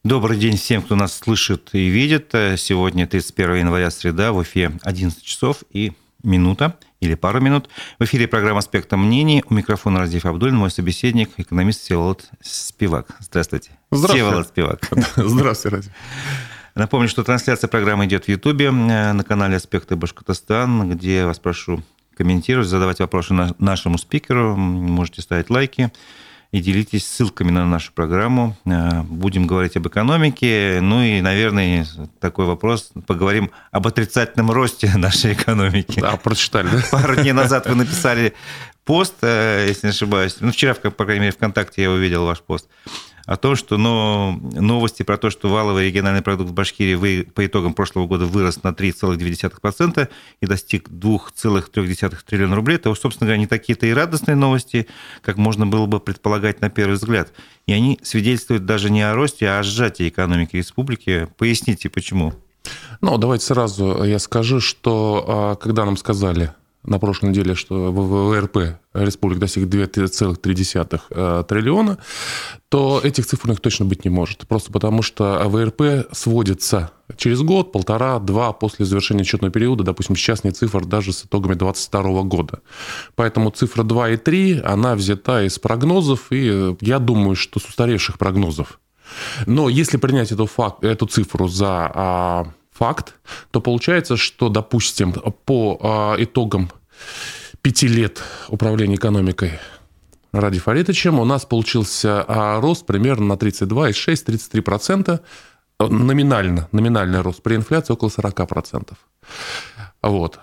Добрый день всем, кто нас слышит и видит. Сегодня 31 января, среда, в Уфе 11 часов и минута или пару минут. В эфире программа «Аспекты мнений». У микрофона Радиф Абдуллин, мой собеседник, экономист Всеволод Спивак. Здравствуйте. Всеволод Спивак. Здравствуйте, Радиф. Напомню, что трансляция программы идет в Ютубе на канале «Аспекты Башкортостан», где я вас прошу комментировать, задавать вопросы нашему спикеру. Можете ставить лайки и делитесь ссылками на нашу программу. Будем говорить об экономике. Ну и, наверное, такой вопрос. Поговорим об отрицательном росте нашей экономики. Да, прочитали, да? Пару дней назад вы написали пост, если не ошибаюсь. Вчера, по крайней мере, ВКонтакте я увидел ваш пост. О том, что новости про то, что валовый региональный продукт в Башкирии по итогам прошлого года вырос на 3,2% и достиг 2,3 триллиона рублей, это, собственно говоря, не такие-то и радостные новости, как можно было бы предполагать на первый взгляд. И они свидетельствуют даже не о росте, а о сжатии экономики республики. Поясните, почему? Давайте сразу я скажу, что когда нам сказали на прошлой неделе, что ВВРП республики достиг 2,3 триллиона, то этих цифр у них точно быть не может. Просто потому, что ВРП сводится через год, полтора-два после завершения отчетного периода. Допустим, сейчас нет цифр даже с итогами 2022 года. Поэтому цифра 2,3, она взята из прогнозов, и я думаю, что с устаревших прогнозов. Но если принять эту цифру за факт, то получается, что, допустим, по итогам 5 лет управления экономикой Ради Фаритовичем у нас получился рост примерно на 32,6-33%, номинальный рост, при инфляции около 40%. Вот.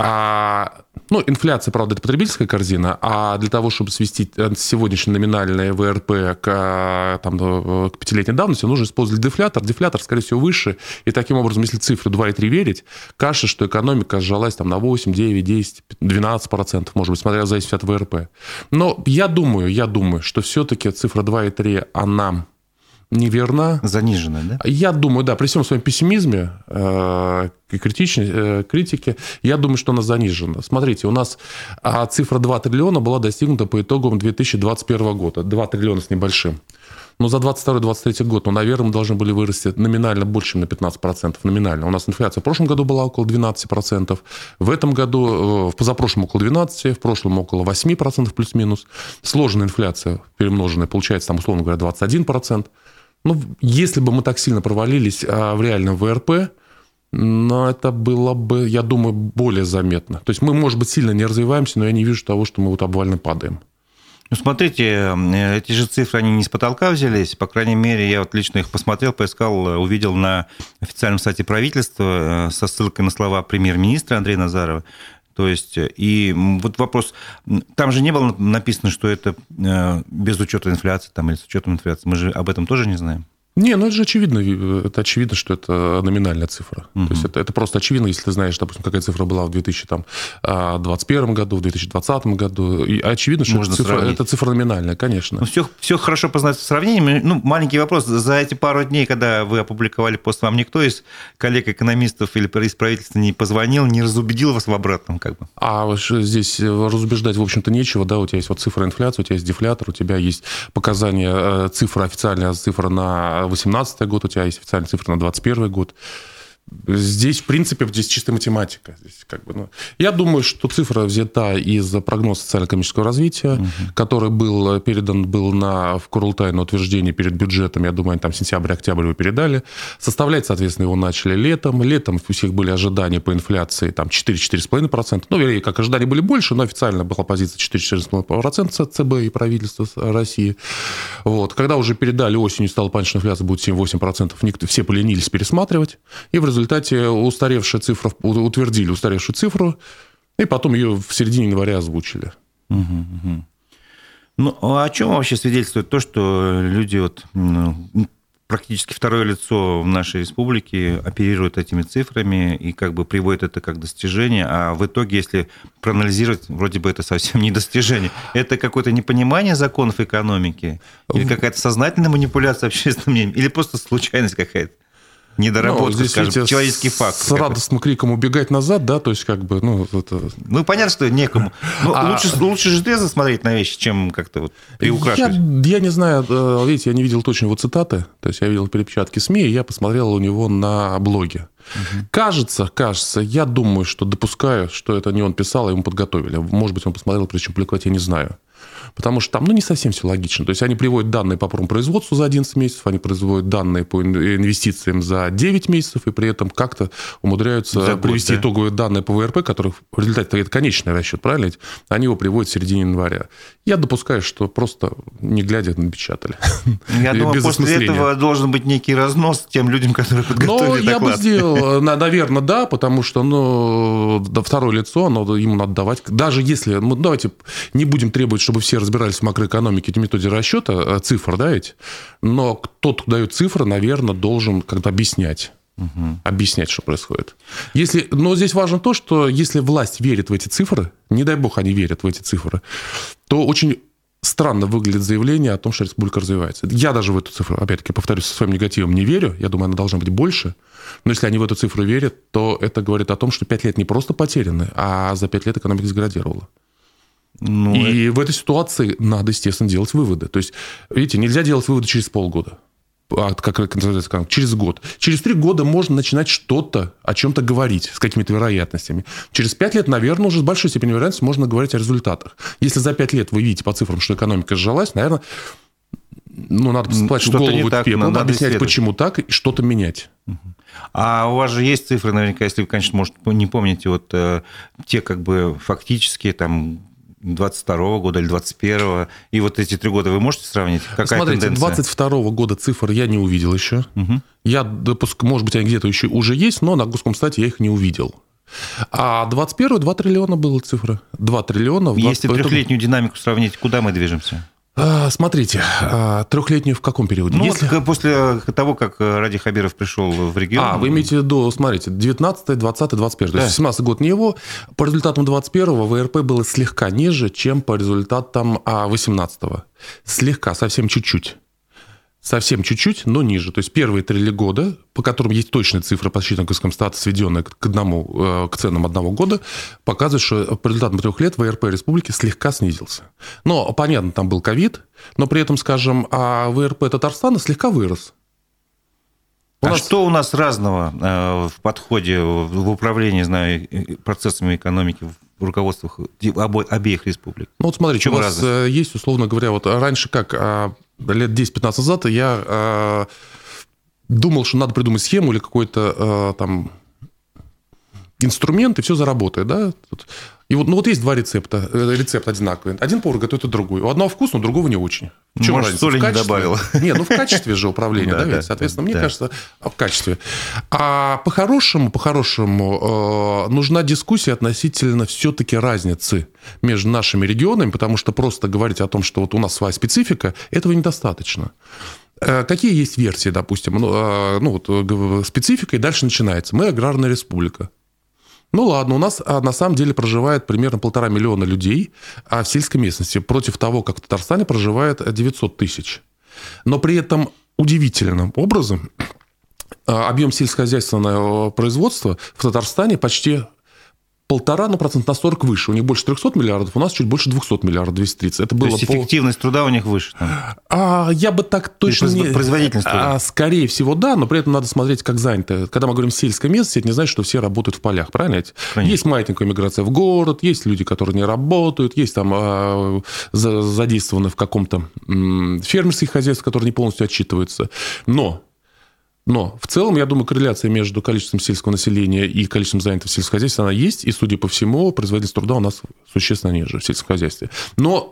Инфляция, правда, это потребительская корзина, а для того, чтобы свести сегодняшний номинальный ВРП к 5-летней давности, нужно использовать дефлятор. Дефлятор, скорее всего, выше. И таким образом, если цифру 2,3 верить, кажется, что экономика сжалась на 8, 9, 10, 12%, может быть, смотря в зависимости от ВРП. Но я думаю, что все-таки цифра 2,3, она неверна. Занижена, да? Я думаю, да, при всем своем пессимизме и критике, я думаю, что она занижена. Смотрите, у нас цифра 2 триллиона была достигнута по итогам 2021 года. 2 триллиона с небольшим. Но за 2022-2023 год, наверное, мы должны были вырасти номинально больше, чем на 15%. Номинально. У нас инфляция в прошлом году была около 12%, в этом году, в позапрошлом около 12%, в прошлом около 8% плюс-минус. Сложная инфляция перемноженная, получается, там, условно говоря, 21%. Если бы мы так сильно провалились в реальном ВРП, это было бы, я думаю, более заметно. То есть мы, может быть, сильно не развиваемся, но я не вижу того, что мы обвально падаем. Смотрите, эти же цифры, они не с потолка взялись. По крайней мере, я лично их посмотрел, поискал, увидел на официальном сайте правительства со ссылкой на слова премьер-министра Андрея Назарова. То есть, и вот вопрос, там же не было написано, что это без учета инфляции или с учетом инфляции. Мы же об этом тоже не знаем. Это же очевидно. Это очевидно, что это номинальная цифра. То есть это просто очевидно, если ты знаешь, допустим, какая цифра была в 2021 году, в 2020 году. И очевидно, что это цифра номинальная, конечно. Все хорошо познать в сравнении. Маленький вопрос. За эти пару дней, когда вы опубликовали пост, вам никто из коллег-экономистов или из правительства не позвонил, не разубедил вас в обратном? А здесь разубеждать, в общем-то, нечего. Да? У тебя есть цифра инфляции, у тебя есть дефлятор, у тебя есть показания, официальная цифра на 2018 год, у тебя есть официальная цифра на 2021 год. Здесь, в принципе, чистая математика. Я думаю, что цифра взята из прогноза социально-экономического развития, который был передан в Курултай на утверждение перед бюджетом. Я думаю, там сентябрь-октябрь его передали. Составлять, соответственно, его начали летом. Летом у всех были ожидания по инфляции 4-4,5%. Вернее, как ожидания были больше, но официально была позиция 4-4,5% ЦБ и правительства России. Когда уже передали осенью, стало понятно, что инфляция будет 7-8%, все поленились пересматривать. И в результате утвердили устаревшую цифру, и потом ее в середине января озвучили. А о чем вообще свидетельствует то, что люди, практически второе лицо в нашей республике, оперируют этими цифрами и приводят это как достижение, а в итоге, если проанализировать, вроде бы это совсем не достижение. Это какое-то непонимание законов экономики? Или какая-то сознательная манипуляция общественным мнением? Или просто случайность какая-то? недоработка, скажем, человеческий фактор. С радостным криком убегать назад, да, то есть как бы, это... Ну, понятно, что некому. Лучше же трезво смотреть на вещи, чем как-то вот приукрашивать. Я не знаю, видите, я не видел точно его цитаты, то есть я видел перепечатки СМИ, и я посмотрел у него на блоге. Кажется, я думаю, что допускаю, что это не он писал, а ему подготовили. Может быть, он посмотрел, прежде чем публиковать, я не знаю. Потому что там, не совсем все логично. То есть они приводят данные по промпроизводству за 11 месяцев, они производят данные по инвестициям за 9 месяцев, и при этом как-то умудряются привести итоговые данные по ВРП, которых в результате это конечный расчет, правильно? Они его приводят в середине января. Я допускаю, что просто не глядя напечатали. Я думаю, после этого должен быть некий разнос тем людям, которые подготовили доклад. Я бы сделал, наверное, да, потому что второе лицо, ему надо давать. Даже если, давайте не будем требовать, чтобы все разбирались в макроэкономике, эти методе расчета, цифр, да, ведь? Но тот, кто дает цифры, наверное, должен как-то объяснять. Объяснять, что происходит. Но здесь важно то, что если власть верит в эти цифры, не дай бог они верят в эти цифры, то очень странно выглядит заявление о том, что республика развивается. Я даже в эту цифру, опять-таки, повторюсь, со своим негативом не верю. Я думаю, она должна быть больше. Но если они в эту цифру верят, то это говорит о том, что 5 лет не просто потеряны, а за 5 лет экономика деградировала. В этой ситуации надо, естественно, делать выводы. То есть, видите, нельзя делать выводы через полгода, через год. Через 3 года можно начинать что-то, о чем-то говорить с какими-то вероятностями. Через 5 лет, наверное, уже с большой степенью вероятности можно говорить о результатах. Если за 5 лет вы видите по цифрам, что экономика сжалась, наверное, надо сплачь голову в пепел, надо объяснять, почему так, и что-то менять. А у вас же есть цифры, наверняка, если вы, конечно, может, не помните, вот те как бы фактические там 22 года или 21-го, и вот эти 3 года вы можете сравнить? Какая Смотрите, тенденция? 22-го года цифр я не увидел еще. Я допускаю, может быть, они где-то еще уже есть, но на Госкомстате я их не увидел. А 21-й 2 триллиона было цифра. 2 триллиона. Если трехлетнюю динамику сравнить, куда мы движемся? Смотрите, трехлетнюю в каком периоде? После того, как Ради Хабиров пришел в регион. Вы имеете в виду, смотрите, 19-й, 20-й, 21-й. Да. То есть 17-й год не его. По результатам 21-го ВРП было слегка ниже, чем по результатам 18-го. Слегка, совсем чуть-чуть. Совсем чуть-чуть, но ниже. То есть первые 3 года, по которым есть точные цифры, посчитанные Госкомстата, сведенные к ценам 1 года, показывают, что по результатам 3 лет ВРП республики слегка снизился. Но, понятно, там был ковид, но при этом, скажем, ВРП Татарстана слегка вырос. Что у нас разного в подходе, в управлении, знаю, процессами экономики, в руководствах обеих республик? Смотрите, у вас есть, условно говоря, вот раньше как... лет 10-15 назад я думал, что надо придумать схему или какой-то там инструмент, и все заработает. Да? И вот есть 2 рецепта. Рецепт одинаковый. Один повар готовит другой. У одного вкусно, у другого не очень. В чем разница? Соли не добавил. В качестве же управления. Да, соответственно, мне кажется, в качестве. А по-хорошему нужна дискуссия относительно все-таки разницы между нашими регионами, потому что просто говорить о том, что вот у нас своя специфика, этого недостаточно. Какие есть версии, допустим? Специфика, и дальше начинается. Мы аграрная республика. Ладно, у нас на самом деле проживает примерно 1,5 миллиона людей в сельской местности, против того, как в Татарстане проживает 900 тысяч. Но при этом удивительным образом объем сельскохозяйственного производства в Татарстане почти 1,5, процент на 40 выше. У них больше 300 миллиардов, у нас чуть больше 200 миллиардов, 230. Это было эффективность труда у них выше? Я бы так точно не... Производительность труда? Скорее всего, да, но при этом надо смотреть, как занято. Когда мы говорим сельская местность, это не значит, что все работают в полях, правильно? Конечно. Есть маятниковая миграция в город, есть люди, которые не работают, есть там задействованы в каком-то фермерских хозяйствах, которые не полностью отчитываются. Но в целом, я думаю, корреляция между количеством сельского населения и количеством занятых в сельском хозяйстве, она есть, и, судя по всему, производительность труда у нас существенно ниже в сельском хозяйстве. Но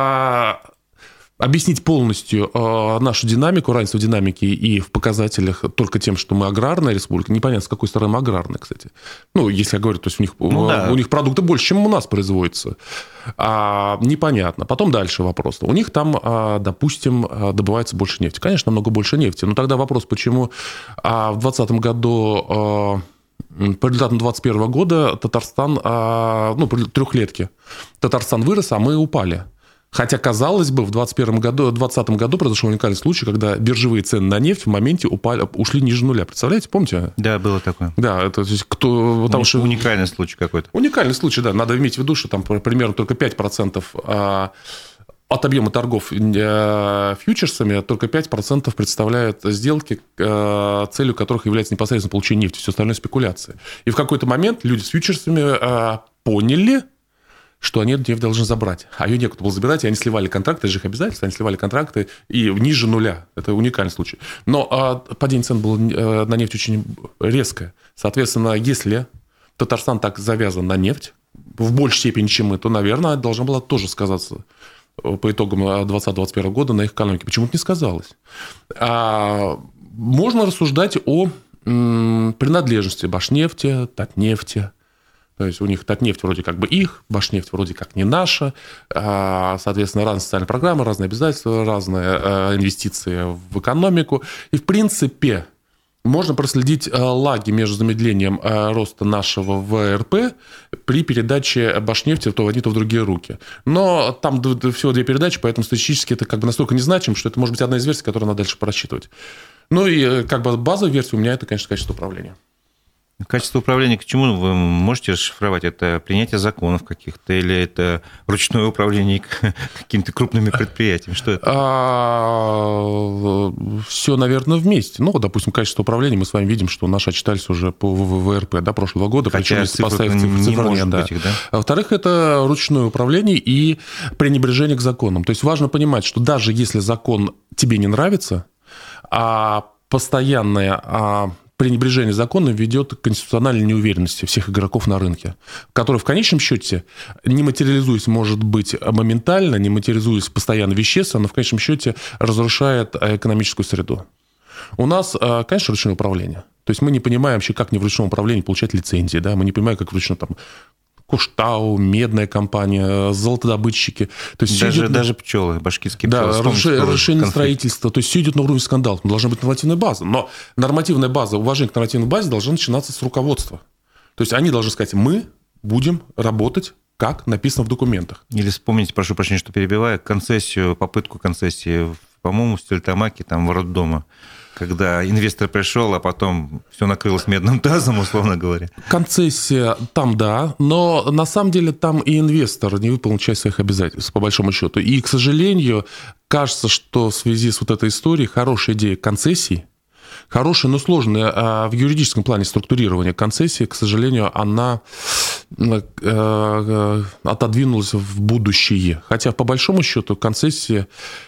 объяснить полностью нашу динамику, разницу в динамике и в показателях только тем, что мы аграрная республика, непонятно, с какой стороны мы аграрная, кстати. Если я говорю, то есть у них продукты больше, чем у нас производится. Непонятно. Потом дальше вопрос. У них там, допустим, добывается больше нефти. Конечно, намного больше нефти. Но тогда вопрос, почему в 2020 году... По результатам 2021 года Татарстан, по трехлетке, Татарстан вырос, а мы упали. Хотя, казалось бы, в 2020 году произошел уникальный случай, когда биржевые цены на нефть в моменте ушли ниже нуля. Представляете, помните? Да, было такое. Да, это уникальный случай какой-то. Уникальный случай, да. Надо иметь в виду, что там примерно только 5% от объема торгов фьючерсами, только 5% представляют сделки, целью которых является непосредственно получение нефти. Все остальное спекуляции. И в какой-то момент люди с фьючерсами поняли, что они эту нефть должны забрать. А ее некуда было забирать, и они сливали контракты, это же их обязательства, они сливали контракты и ниже нуля. Это уникальный случай. Но падение цен было на нефть очень резкое. Соответственно, если Татарстан так завязан на нефть, в большей степени, чем мы, то, наверное, должна была тоже сказаться по итогам 2020-2021 года на их экономике. Почему-то не сказалось. Можно рассуждать о принадлежности Башнефти, Татнефти. То есть у них Татнефть вроде как бы их, Башнефть вроде как не наша. Соответственно, разные социальные программы, разные обязательства, разные инвестиции в экономику. И, в принципе, можно проследить лаги между замедлением роста нашего ВРП при передаче Башнефти то в одни, то в другие руки. Но там всего 2 передачи, поэтому статистически это как бы настолько незначимо, что это может быть одна из версий, которую надо дальше просчитывать. Ну и как бы базовая версия у меня – это, конечно, качество управления. Качество управления к чему вы можете расшифровать? Это принятие законов каких-то или это ручное управление какими-то крупными предприятиями? Что это? Все, наверное, вместе. Ну, допустим, качество управления мы с вами видим, что наши отчитались уже по ВРП прошлого года. Хотя причем поставив цифры нет, да. Быть их, да? Во-вторых, это ручное управление и пренебрежение к законам. То есть важно понимать, что даже если закон тебе не нравится, а постоянное пренебрежение законом ведет к конституциональной неуверенности всех игроков на рынке, который в конечном счете, не материализуясь, может быть, моментально, не материализуясь постоянно вещественно, но в конечном счете разрушает экономическую среду. У нас, конечно, ручное управление. То есть мы не понимаем вообще, как не в ручном управлении получать лицензии, да? Мы не понимаем, как в ручном там Куштау, медная компания, золотодобытчики. То есть даже пчелы, башкирские пчелы. Да, расширение строительства. То есть все идет на уровне скандалов. Должна быть нормативная база. Но нормативная база, уважение к нормативной базе должно начинаться с руководства. То есть они должны сказать, мы будем работать, как написано в документах. Или вспомните, прошу прощения, что перебиваю, попытку концессии, по-моему, в Стерлитамаке, там, в роддома, когда инвестор пришел, а потом все накрылось медным тазом, условно говоря. Концессия там, да, но на самом деле там и инвестор не выполнил часть своих обязательств, по большому счету. И, к сожалению, кажется, что в связи с вот этой историей хорошая идея концессий, хорошая, но сложная в юридическом плане структурирования концессии, к сожалению, она отодвинулась в будущее. Хотя, по большому счету, концессии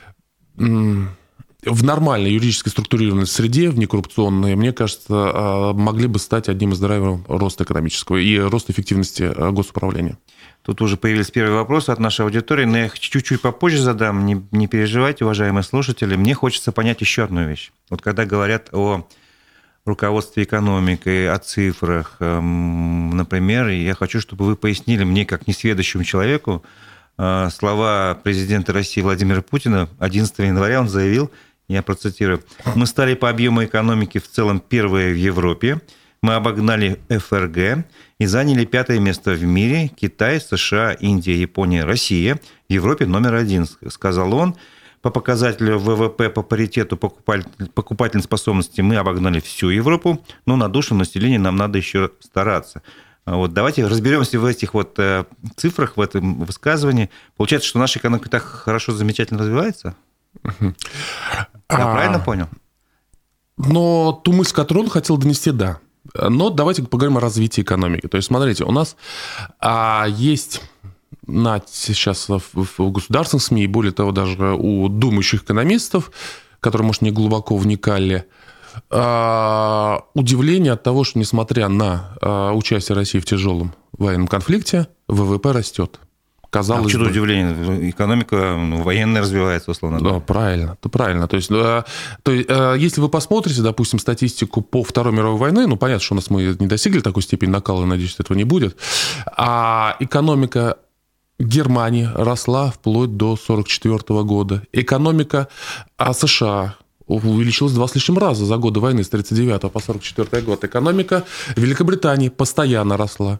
в нормальной юридически структурированной среде, в некоррупционной, мне кажется, могли бы стать одним из драйверов роста экономического и роста эффективности госуправления. Тут уже появились первые вопросы от нашей аудитории, но я их чуть-чуть попозже задам. Не переживайте, уважаемые слушатели. Мне хочется понять еще одну вещь. Вот когда говорят о руководстве экономикой, о цифрах, например, я хочу, чтобы вы пояснили мне, как несведущему человеку, слова президента России Владимира Путина. 11 января он заявил, я процитирую: «Мы стали по объему экономики в целом первые в Европе, мы обогнали ФРГ и заняли 5-е место в мире. Китай, США, Индия, Япония, Россия в Европе номер 1, сказал он. По показателю ВВП по паритету покупательной способности мы обогнали всю Европу, но на душу населения нам надо еще стараться». Вот давайте разберемся в этих вот цифрах, в этом высказывании. Получается, что наша экономика так хорошо, замечательно развивается? Я правильно понял? Но ту мысль, которую он хотел донести, да. Но давайте поговорим о развитии экономики. То есть, смотрите, у нас есть сейчас в государственных СМИ, и более того, даже у думающих экономистов, которые, может, не глубоко вникали, удивление от того, что, несмотря на участие России в тяжелом военном конфликте, ВВП растет. Казалось бы, удивление? Экономика военная развивается, условно. Да, правильно. То есть, если вы посмотрите, допустим, статистику по Второй мировой войне, ну, понятно, что у нас мы не достигли такой степени накала, надеюсь, этого не будет, а экономика Германии росла вплоть до 1944 года. Экономика США увеличилась в 2 с лишним раза за годы войны с 1939 по 1944 год. Экономика Великобритании постоянно росла.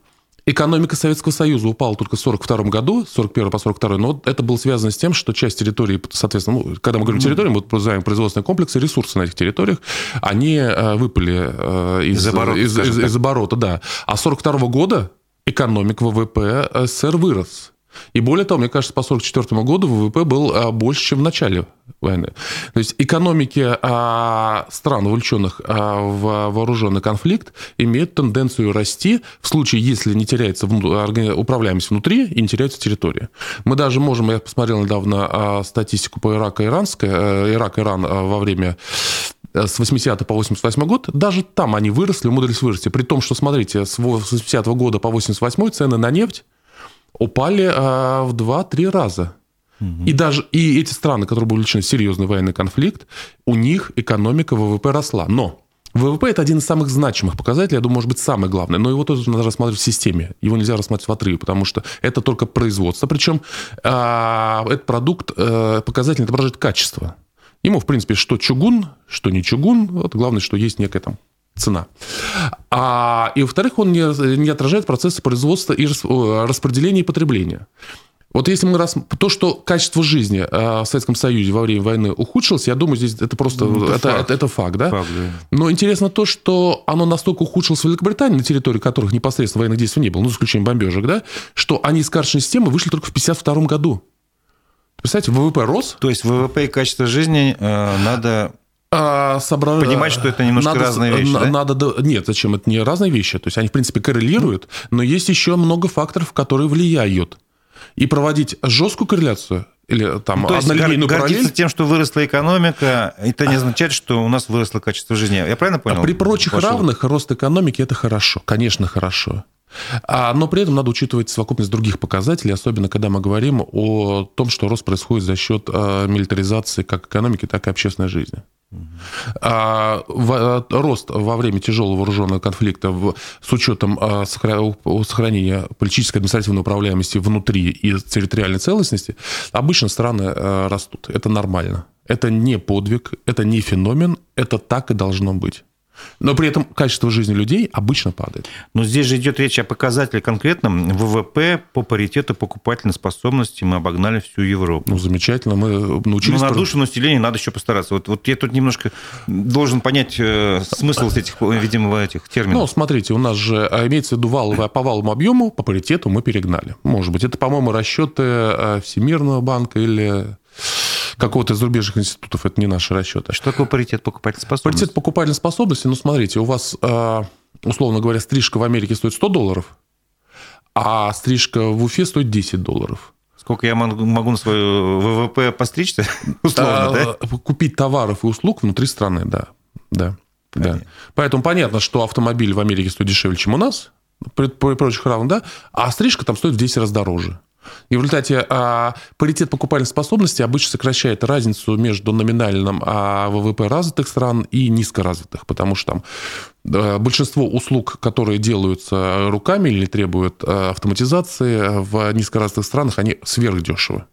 Экономика Советского Союза упала только в 1942 году, с 1941 по 1942, но это было связано с тем, что часть территории, соответственно, когда мы говорим территории, мы называем производственные комплексы, ресурсы на этих территориях, они выпали из оборота, да. А с 1942 года экономика ВВП СССР вырос. И более того, мне кажется, по 1944 году ВВП был больше, чем в начале войны. То есть экономики стран, вовлеченных в вооруженный конфликт, имеют тенденцию расти в случае, если не теряется управляемость внутри и не теряется территория. Мы даже можем, я посмотрел недавно статистику по Ирак-Иран во время с 80 по 88 год, даже там они выросли, умудрились вырасти. При том, что, смотрите, с 80 года по 88 цены на нефть упали в 2-3 раза. И эти страны, которые были увлечены в серьезный военный конфликт, у них экономика ВВП росла. Но ВВП – это один из самых значимых показателей, я думаю, может быть, самый главный. Но его тоже надо рассматривать в системе. Его нельзя рассматривать в отрыве, потому что это только производство. Причем этот продукт, показатель отображает качество. Ему, в принципе, что чугун, что не чугун. Вот главное, что есть некая там цена. И, во-вторых, он не отражает процессы производства и распределения и потребления. Вот если мы то, что качество жизни в Советском Союзе во время войны ухудшилось, я думаю, здесь это просто это факт, да? Факт, да. Но интересно то, что оно настолько ухудшилось в Великобритании, на территории которых непосредственно военных действий не было, ну, за исключением бомбежек, да, что они из карточной системы вышли только в 1952 году. Представляете, ВВП рос. То есть ВВП и качество жизни надо понимать, что это немножко разные вещи, да? Нет, зачем? Это не разные вещи. То есть они, в принципе, коррелируют, но есть еще много факторов, которые влияют. И проводить жесткую корреляцию или там однолинейную параллель... Гордиться тем, что выросла экономика, это не означает, что у нас выросло качество жизни. Я правильно понял? При прочих равных рост экономики – это хорошо, конечно, хорошо. Но при этом надо учитывать совокупность других показателей, особенно когда мы говорим о том, что рост происходит за счет милитаризации как экономики, так и общественной жизни. Рост во время тяжелого вооруженного конфликта с учетом сохранения политической и административной управляемости внутри и территориальной целостности, обычно страны растут. Это нормально. Это не подвиг, это не феномен, это так и должно быть. Но при этом качество жизни людей обычно падает. Но здесь же идет речь о показателе конкретном. ВВП по паритету покупательной способности мы обогнали всю Европу. Ну, замечательно, мы научились... Но на душу населения надо еще постараться. Вот я тут немножко должен понять смысл этих, видимо, этих терминов. Ну, смотрите, у нас же имеется в виду по валовому объему, по паритету мы перегнали. Может быть, это, по-моему, расчеты Всемирного банка или... какого-то из зарубежных институтов, это не наши расчеты. Что такое паритет покупательной способности? Паритет покупательной способности, ну, смотрите, у вас, условно говоря, стрижка в Америке стоит $100, а стрижка в Уфе стоит $10. Сколько я могу на свою ВВП постричься? Условно, да? Купить товаров и услуг внутри страны, да. Поэтому понятно, что автомобиль в Америке стоит дешевле, чем у нас, при прочих равных, да, а стрижка там стоит в 10 раз дороже. И в результате паритет покупательной способности обычно сокращает разницу между номинальным ВВП развитых стран и низкоразвитых, потому что там большинство услуг, которые делаются руками или требуют автоматизации в низкоразвитых странах, они сверхдешевы.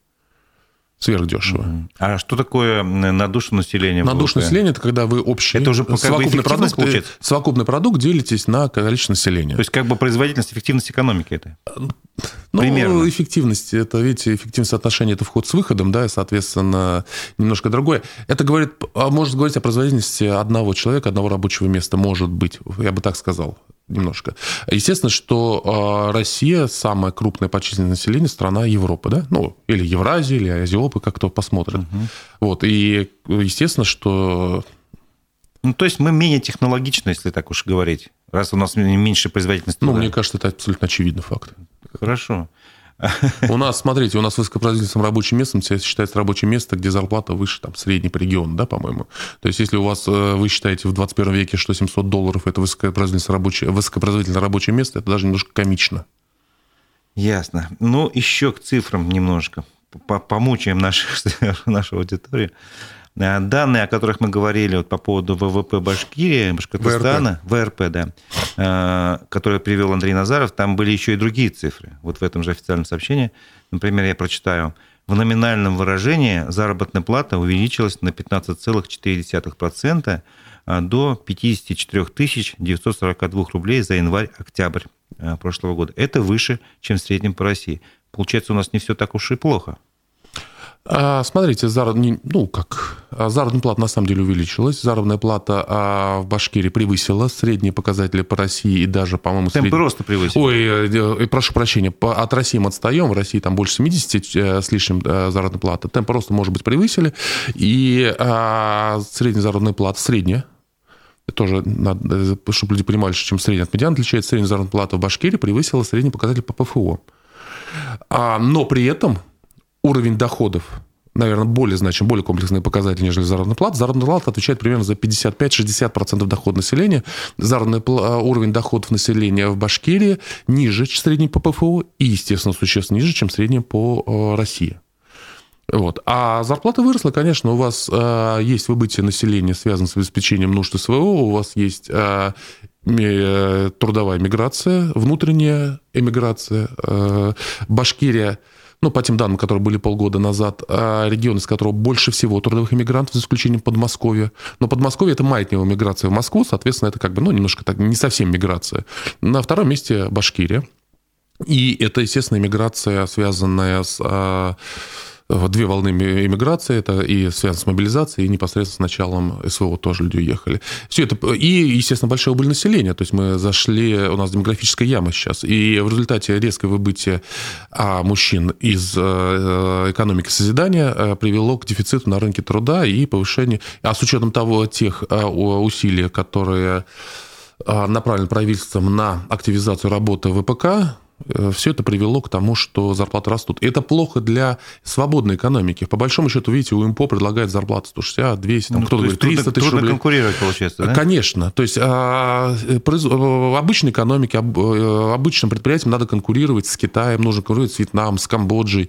А что такое на душу населения? На душу населения – это когда вы общий это уже совокупный продукт делитесь на количество населения. То есть как бы производительность, эффективность экономики это? Ну, эффективность, это, видите, эффективность соотношения – это вход с выходом, да, и, соответственно, немножко другое. Это может говорить о производительности одного человека, одного рабочего места, может быть, я бы так сказал. Немножко. Естественно, что Россия самая крупная по численности населения страна Европы, да? Ну, или Евразии, или Азиопы, как кто посмотрит. Вот. И естественно, что... Ну, то есть мы менее технологичны, если так уж говорить, раз у нас меньше производительность. Ну, мне кажется, это абсолютно очевидный факт. Хорошо. У нас, смотрите, у нас высокопроизводительным рабочим местом считается рабочее место, где зарплата выше там, средней по региону, да, по-моему. То есть, если у вас, вы считаете в 21 веке, что $700 – это высокопроизводительное рабочее место, это даже немножко комично. Ясно. Ну, еще к цифрам немножко. Помучаем нашу аудиторию. Данные, о которых мы говорили вот по поводу ВВП Башкирии, Башкортостана, ВРП, да, которые привел Андрей Назаров, там были еще и другие цифры. Вот в этом же официальном сообщении, например, я прочитаю. В номинальном выражении заработная плата увеличилась на 15,4% до 54 942 рублей за январь-октябрь прошлого года. Это выше, чем в среднем по России. Получается, у нас не все так уж и плохо. Смотрите, заработная плата на самом деле увеличилась. Заработная плата в Башкирии превысила средние показатели по России и даже, по-моему, темпы роста превысили. Ой, прошу прощения, от России мы отстаем. В России там больше 70 с лишним заработной платы. Темпы роста, может быть, превысили. И средняя заработная плата, средняя, тоже надо, чтобы люди понимали, чем средняя от медианы отличается, средняя заработная плата в Башкирии превысила средний показатель по ПФО. Но при этом уровень доходов, наверное, более комплексный показатель, нежели заработная плата. Заработная плата отвечает примерно за 55-60% дохода населения. Уровень доходов населения в Башкирии ниже средней по ПФО и, естественно, существенно ниже, чем средняя по России. Вот. А зарплата выросла, конечно, у вас есть выбытие населения, связанное с обеспечением нужд СВО, у вас есть трудовая миграция, внутренняя эмиграция. Башкирия, по тем данным, которые были полгода назад, регион, из которого больше всего трудовых иммигрантов, за исключением Подмосковья. Но Подмосковье – это маятниковая миграция в Москву, соответственно, это немножко так, не совсем миграция. На втором месте Башкирия. И это, естественно, миграция, связанная с... Две волны иммиграции, это и связано с мобилизацией, и непосредственно с началом СВО тоже люди уехали. Все это, и, естественно, большое убыль населения, то есть мы зашли, у нас демографическая яма сейчас, и в результате резкого выбытия мужчин из экономики созидания привело к дефициту на рынке труда и повышению, с учетом тех усилий, которые направлены правительством на активизацию работы ВПК, все это привело к тому, что зарплаты растут. И это плохо для свободной экономики. По большому счету, видите, УМПО предлагает зарплату 160, 200, кто-то говорит 300 тысяч рублей. Трудно конкурировать, получается, да? Конечно. То есть в обычной экономике, обычным предприятиям надо конкурировать с Китаем, нужно конкурировать с Вьетнамом, с Камбоджей.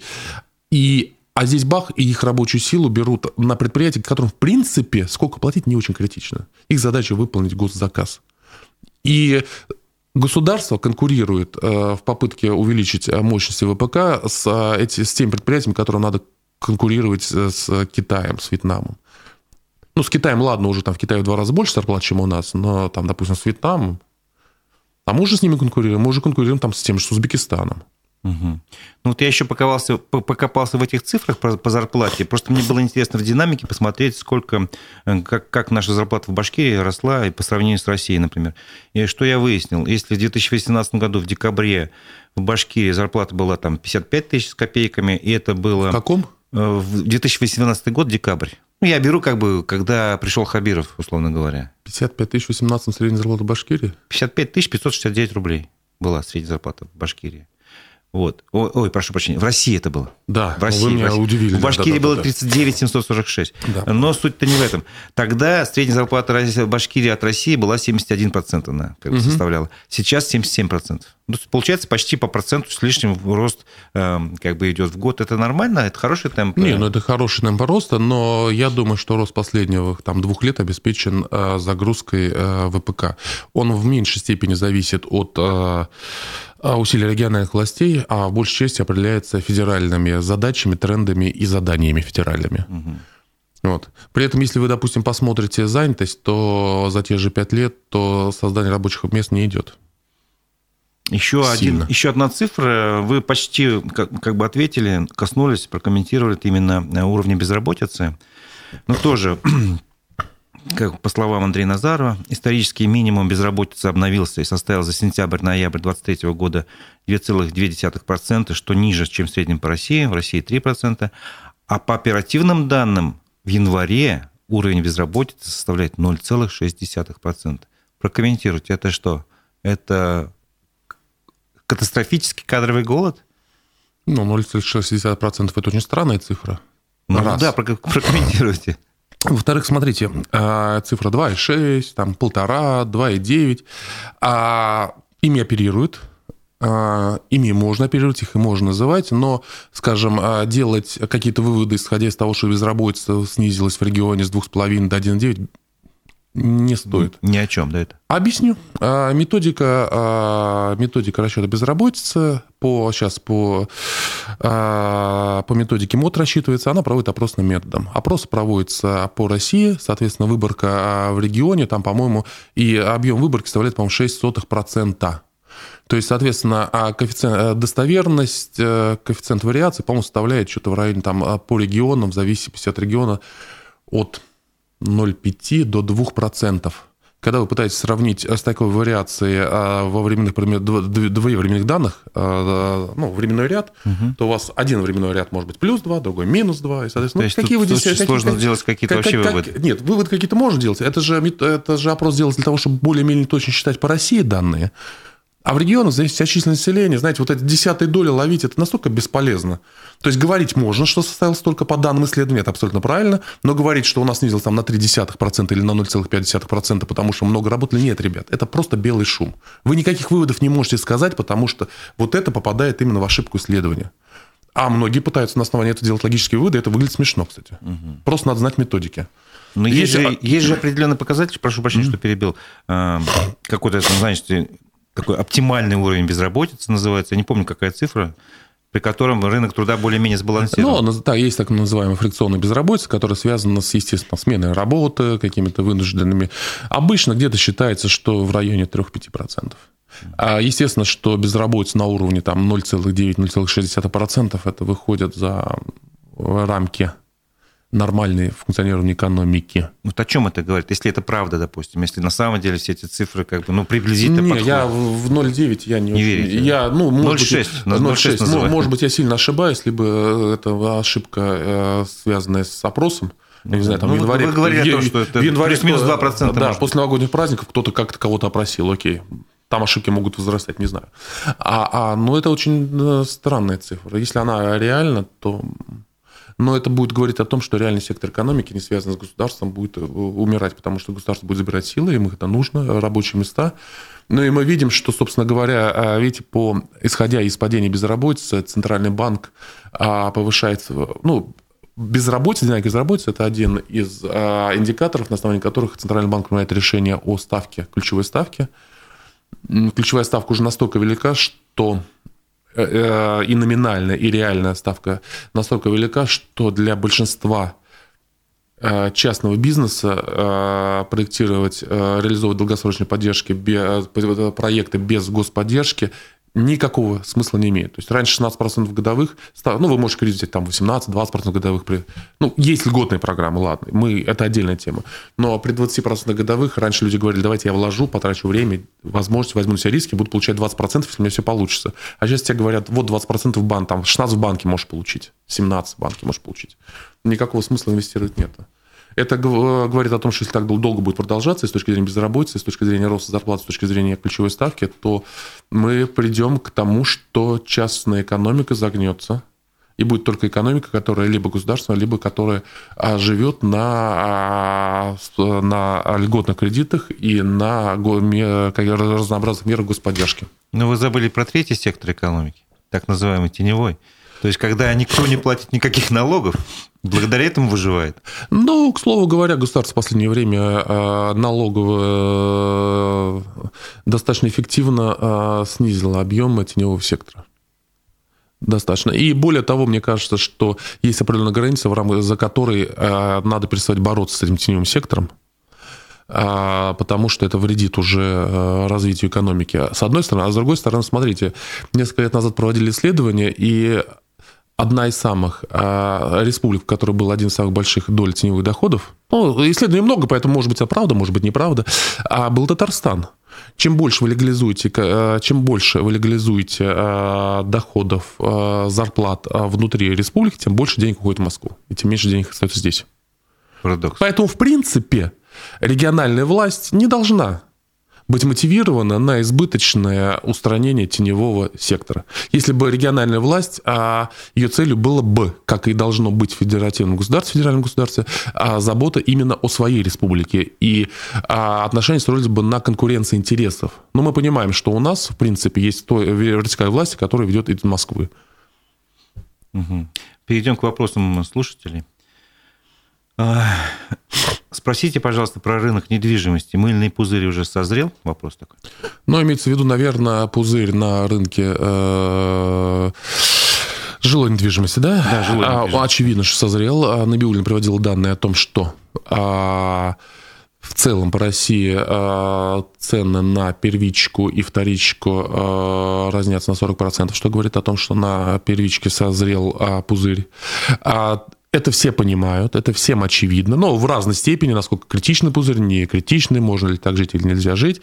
А здесь бах, и их рабочую силу берут на предприятия, которым, в принципе, сколько платить не очень критично. Их задача выполнить госзаказ. И государство конкурирует в попытке увеличить мощности ВПК с теми предприятиями, которым надо конкурировать с Китаем, с Вьетнамом. С Китаем, ладно, уже там в Китае в 2 раза больше зарплат, чем у нас, но там, допустим, с Вьетнамом, мы уже с ними конкурируем, мы уже конкурируем там с тем же, с Узбекистаном. Угу. Я еще покопался в этих цифрах по зарплате. Просто мне было интересно в динамике посмотреть, как наша зарплата в Башкирии росла и по сравнению с Россией, например. И что я выяснил, если в 2018 году в декабре в Башкирии зарплата была там 55 тысяч с копейками, и это было... В каком? В 2018 год, декабрь. Я беру, когда пришел Хабиров, условно говоря. 55 тысяч в 2018 средняя зарплата в Башкирии? 55 569 рублей была средняя зарплата в Башкирии. Вот. Ой, прошу прощения, в России это было. Да, в России, вы меня удивили. В Башкирии было 39 746. Да. Но суть-то не в этом. Тогда средняя зарплата в Башкирии от России была 71%, она составляла. Сейчас 77%. Получается, почти по проценту с лишним рост идет в год. Это нормально? Это хороший темп? Это хороший темп роста, но я думаю, что рост последних 2 лет обеспечен загрузкой ВПК. Он в меньшей степени зависит от усилий региональных властей, а в большей части определяется федеральными задачами, трендами и заданиями федеральными. Угу. Вот. При этом, если вы, допустим, посмотрите занятость, то за те же 5 лет то создание рабочих мест не идет. Еще одна цифра. Вы почти ответили, коснулись, прокомментировали именно уровня безработицы. Тоже... Как по словам Андрея Назарова, исторический минимум безработицы обновился и составил за сентябрь-ноябрь 2023 года 2,2%, что ниже, чем в среднем по России, в России 3%. А по оперативным данным в январе уровень безработицы составляет 0,6%. Прокомментируйте, это что? Это катастрофический кадровый голод? 0,6% – это очень странная цифра. Да, прокомментируйте. Во-вторых, смотрите, цифра 2,6, 1,5, 2,9. Ими оперируют, ими можно оперировать, их и можно называть, но, скажем, делать какие-то выводы, исходя из того, что безработица снизилась в регионе с 2,5 до 1,9, не стоит. Ни о чем, да, это? Объясню. Методика расчета безработицы по методике МОД рассчитывается, она проводит опросным методом. Опрос проводится по России, соответственно, выборка в регионе, там, по-моему, и объем выборки составляет, по-моему, 0,06%. То есть, соответственно, коэффициент, достоверность, коэффициент вариации, по-моему, составляет что-то в районе там, по регионам, в зависимости от региона, от 0,5 до 2%. Когда вы пытаетесь сравнить с такой вариацией во временных, две временных данных, временной ряд, то у вас один временной ряд может быть плюс 2, другой минус 2. И, соответственно, то есть тут сложно сделать какие-то вообще выводы? Нет, выводы какие-то можно делать. Это же опрос делать для того, чтобы более-менее точно считать по России данные. А в регионах, зависит от численности населения, знаете, вот эти десятые доли ловить, это настолько бесполезно. То есть говорить можно, что составилось только по данным исследования, это абсолютно правильно, но говорить, что у нас снизилось там на 0,3% или на 0,5%, потому что много работали, нет, ребят, это просто белый шум. Вы никаких выводов не можете сказать, потому что вот это попадает именно в ошибку исследования. А многие пытаются на основании этого делать логические выводы, это выглядит смешно, кстати. Просто надо знать методики. Но есть же определенный показатель, прошу прощения, что перебил, какой-то, знаете, такой оптимальный уровень безработицы называется, я не помню, какая цифра, при котором рынок труда более-менее сбалансирован. Ну, да, есть так называемая фрикционная безработица, которая связана с, естественно, сменой работы, какими-то вынужденными. Обычно где-то считается, что в районе 3-5%. А естественно, что безработица на уровне там 0,9-0,6% это выходит за рамки нормальные функционирования экономики. Вот о чем это говорит? Если это правда, допустим, если на самом деле все эти цифры как бы, приблизительно подходят. Я в 0,9 я не верите? 0,6. Может быть, я сильно ошибаюсь, либо это ошибка, связанная с опросом. Я не знаю, там в январе... Вы говорили о том, что это плюс-минус 2%. Да, после новогодних праздников кто-то как-то кого-то опросил, окей. Там ошибки могут возрастать, не знаю. Но это очень странная цифра. Если она реальна, то... Но это будет говорить о том, что реальный сектор экономики, не связанный с государством, будет умирать, потому что государство будет забирать силы, им это нужно, рабочие места. Ну и мы видим, что, собственно говоря, видите, исходя из падения безработицы, Центральный банк повышает... Безработица, динамика безработицы – это один из индикаторов, на основании которых Центральный банк принимает решение о ставке, ключевой ставке. Ключевая ставка уже настолько велика, что... и номинальная, и реальная ставка настолько велика, что для большинства частного бизнеса проектировать, реализовывать долгосрочные проекты без господдержки никакого смысла не имеет. То есть раньше 16% годовых, вы можете кредитировать там 18-20% годовых. Есть льготные программы, ладно, это отдельная тема. Но при 20% годовых раньше люди говорили, давайте я вложу, потрачу время, возможность, возьму на себя риски, буду получать 20%, если у меня все получится. А сейчас тебе говорят, вот 20% в банк, там 16 в банке можешь получить, 17 в банке можешь получить. Никакого смысла инвестировать нет. Это говорит о том, что если так долго будет продолжаться, с точки зрения безработицы, с точки зрения роста зарплат, с точки зрения ключевой ставки, то мы придем к тому, что частная экономика загнется, и будет только экономика, которая либо государственная, либо которая живет на льготных кредитах и на разнообразных мерах господдержки. Но вы забыли про третий сектор экономики, так называемый теневой. То есть, когда никто не платит никаких налогов, благодаря этому выживает? К слову говоря, государство в последнее время налогово достаточно эффективно снизило объемы теневого сектора. Достаточно. И более того, мне кажется, что есть определенная граница, в рамках за которой надо перестать бороться с этим теневым сектором, потому что это вредит уже развитию экономики. С одной стороны. А с другой стороны, смотрите, несколько лет назад проводили исследования, и одна из самых республик, в которой был один из самых больших доль теневых доходов, исследований много, поэтому может быть это правда, может быть неправда, был Татарстан. Чем больше вы легализуете доходов, зарплат внутри республики, тем больше денег уходит в Москву, и тем меньше денег остается здесь. Парадокс. Поэтому, в принципе, региональная власть не должна быть мотивирована на избыточное устранение теневого сектора. Если бы региональная власть, ее целью было бы, как и должно быть в федеративном государстве, забота именно о своей республике. И отношения строились бы на конкуренции интересов. Но мы понимаем, что у нас, в принципе, есть вертикаль власти, которая ведет из Москвы. Угу. Перейдем к вопросам слушателей. Спросите, пожалуйста, про рынок недвижимости. Мыльный пузырь уже созрел? Вопрос такой. Имеется в виду, наверное, пузырь на рынке жилой недвижимости, да? Да, жилой недвижимости. Очевидно, что созрел. Набиуллина приводила данные о том, что В целом по России цены на первичку и вторичку разнятся на 40%, что говорит о том, что на первичке созрел пузырь. Это все понимают, это всем очевидно, но в разной степени, насколько критичный пузырь, не критичный, можно ли так жить или нельзя жить.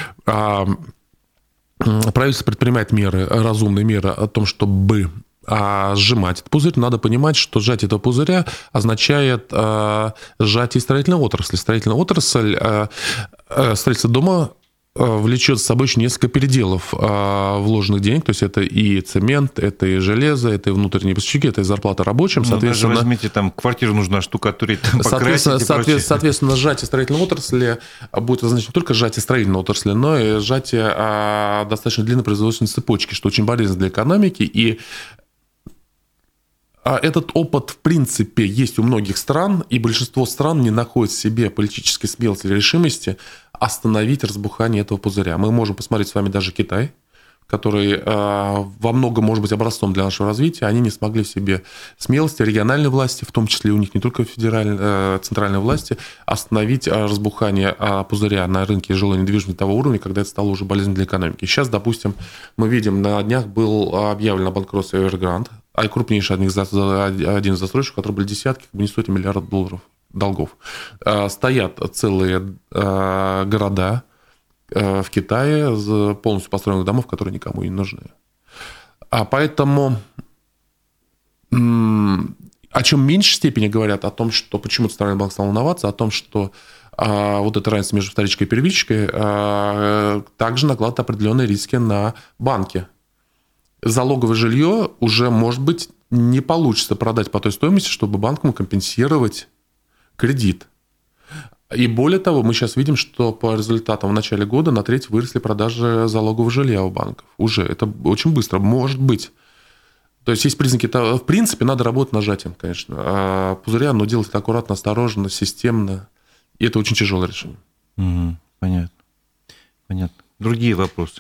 Правительство предпринимает меры, разумные меры о том, чтобы сжимать этот пузырь. Надо понимать, что сжатие этого пузыря означает сжатие строительной отрасли. Строительство дома влечет с собой еще несколько переделов вложенных денег, то есть это и цемент, это и железо, это и внутренние поставщики, это и зарплата рабочим. Соответственно, даже возьмите, там квартиру нужно штукатурить, покрасить. Соответственно, сжатие строительной отрасли будет означать не только сжатие строительной отрасли, но и сжатие достаточно длинной производственной цепочки, что очень болезненно для экономики. И этот опыт, в принципе, есть у многих стран, и большинство стран не находит в себе политической смелости или решимости остановить разбухание этого пузыря. Мы можем посмотреть с вами даже Китай, который во многом может быть образцом для нашего развития. Они не смогли в себе смелости, региональной власти, в том числе у них не только центральной власти, остановить разбухание пузыря на рынке жилой недвижимости того уровня, когда это стало уже болезненно для экономики. Сейчас, допустим, мы видим, на днях был объявлен о банкротстве Evergrande, а крупнейший один из застройщиков, у которого были десятки, не сотни миллиардов долларов долгов. Стоят целые города в Китае с полностью построенных домов, которые никому не нужны. Поэтому о чем в меньшей степени говорят, о том, что почему Центральный банк стал волноваться, о том, что вот эта разница между вторичкой и первичкой также накладывает определенные риски на банки. Залоговое жилье уже, может быть, не получится продать по той стоимости, чтобы банкам компенсировать кредит. И более того, мы сейчас видим, что по результатам в начале года на треть выросли продажи залогового жилья у банков. Уже это очень быстро, может быть. То есть есть признаки того, в принципе, надо работать нажатием, конечно. Пузыря, но делать это аккуратно, осторожно, системно. И это очень тяжелое решение. Понятно. Другие вопросы.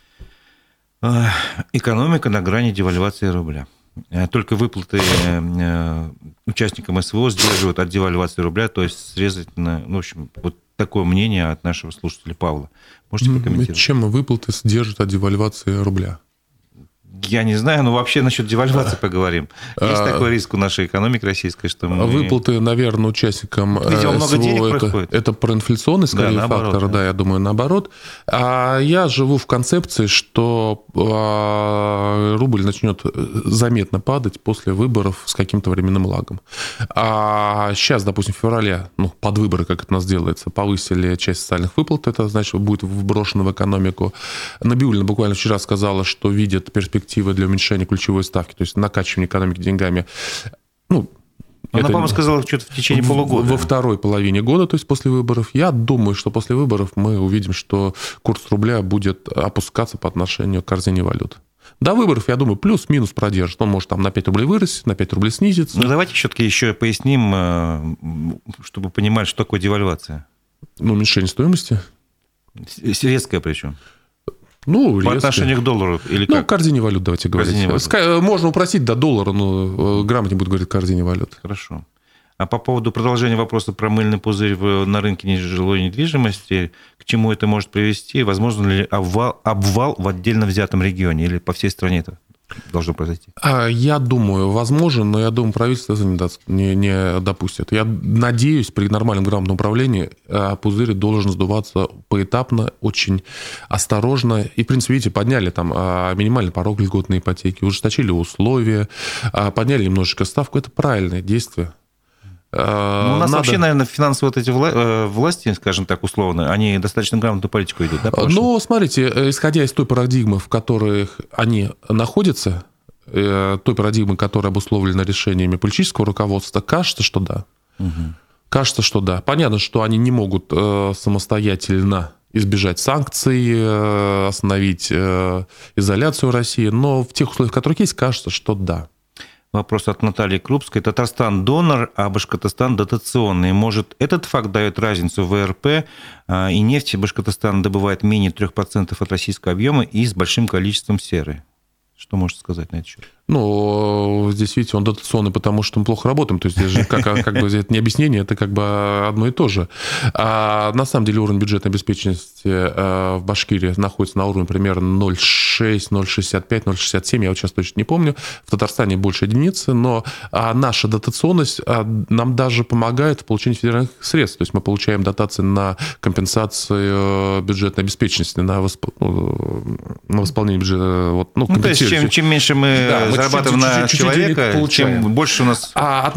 Экономика на грани девальвации рубля. Только выплаты участникам СВО сдерживают от девальвации рубля, то есть срезать, в общем, вот такое мнение от нашего слушателя Павла. Можете прокомментировать? Чем выплаты сдерживают от девальвации рубля? Я не знаю, но вообще насчет девальвации поговорим. Есть такой риск у нашей экономики российской, что мы... Выплаты, наверное, участникам СВО это проинфляционный, скорее, фактор, да, я думаю, наоборот. Я живу в концепции, что рубль начнет заметно падать после выборов с каким-то временным лагом. Сейчас, допустим, в феврале, под выборы, как это у нас делается, повысили часть социальных выплат, это значит, будет вброшено в экономику. Набиуллина буквально вчера сказала, что видит перспективы для уменьшения ключевой ставки, то есть накачивания экономики деньгами. Она, по-моему, сказала, что-то в течение полугода. Во второй половине года, то есть после выборов. Я думаю, что после выборов мы увидим, что курс рубля будет опускаться по отношению к корзине валют. До выборов, я думаю, плюс-минус продержит. Он может там на 5 рублей вырасти, на 5 рублей снизиться. Давайте все-таки еще поясним, чтобы понимать, что такое девальвация. Уменьшение стоимости. Резкое причем. По отношению к доллару или как? Корзине валют, давайте говорить. Можно упростить до доллара, но грамотнее будет говорить корзине валют. Хорошо. А по поводу продолжения вопроса про мыльный пузырь на рынке нежилой недвижимости, к чему это может привести? Возможно ли обвал в отдельно взятом регионе или по всей стране это должно произойти? Я думаю, возможно, но я думаю, правительство это не допустит. Я надеюсь, при нормальном грамотном управлении пузырь должен сдуваться поэтапно, очень осторожно. И, в принципе, видите, подняли там минимальный порог льготной ипотеки, ужесточили условия, подняли немножечко ставку. Это правильное действие. У нас вообще, наверное, финансовые эти власти, скажем так, условно, они достаточно грамотную политику идут, да? Смотрите, исходя из той парадигмы, в которой они находятся, той парадигмы, которая обусловлена решениями политического руководства, кажется, что да. Кажется, что да. Понятно, что они не могут самостоятельно избежать санкций, остановить изоляцию России, но в тех условиях, в которых есть, кажется, что да. Вопрос от Натальи Крупской. Татарстан донор, а Башкортостан дотационный. Может, этот факт дает разницу в ВРП, и нефть Башкортостан добывает менее 3% от российского объема и с большим количеством серы? Что можете сказать на этот счет? Ну, здесь, видите, он дотационный, потому что мы плохо работаем. То есть, здесь же как бы это не объяснение, это как бы одно и то же. А на самом деле уровень бюджетной обеспеченности в Башкирии находится на уровне примерно 0,6, 0,65, 0,67, я вот сейчас точно не помню. В Татарстане больше единицы, но наша дотационность нам даже помогает в получении федеральных средств. То есть мы получаем дотации на компенсацию бюджетной обеспеченности, на восполнение бюджета. Вот, ну, то есть, чем меньше мы зарабатываем на человека, чем больше у нас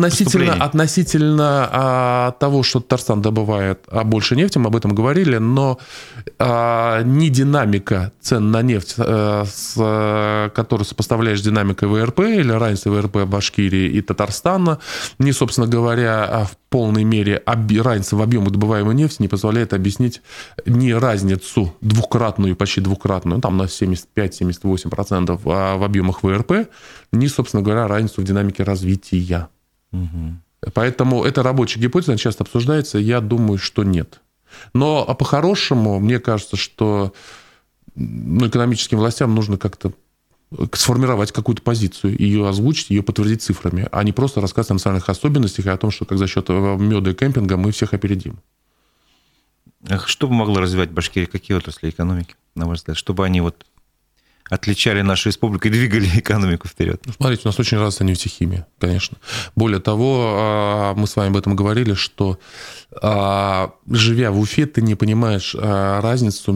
относительно того, что Татарстан добывает больше нефти, мы об этом говорили, но не динамика цен на нефть, которую сопоставляешь с динамикой ВРП или разницей ВРП Башкирии и Татарстана, не, собственно говоря, в полной мере разница в объеме добываемой нефти не позволяет объяснить ни разницу двукратную, почти двукратную, там на 75-78% в объемах ВРП, ни, собственно говоря, разницу в динамике развития. Угу. Поэтому эта рабочая гипотеза часто обсуждается, я думаю, что нет. Но по-хорошему, мне кажется, что экономическим властям нужно как-то сформировать какую-то позицию, ее озвучить, ее подтвердить цифрами, а не просто рассказывать о национальных особенностях и о том, что как за счет меда и кемпинга мы всех опередим. Что бы могло развивать Башкирию? Какие отрасли экономики, на ваш взгляд? Чтобы они вот отличали нашу республику и двигали экономику вперед. Смотрите, у нас очень развита нефтехимия, конечно. Более того, мы с вами об этом говорили, что, живя в Уфе, ты не понимаешь разницу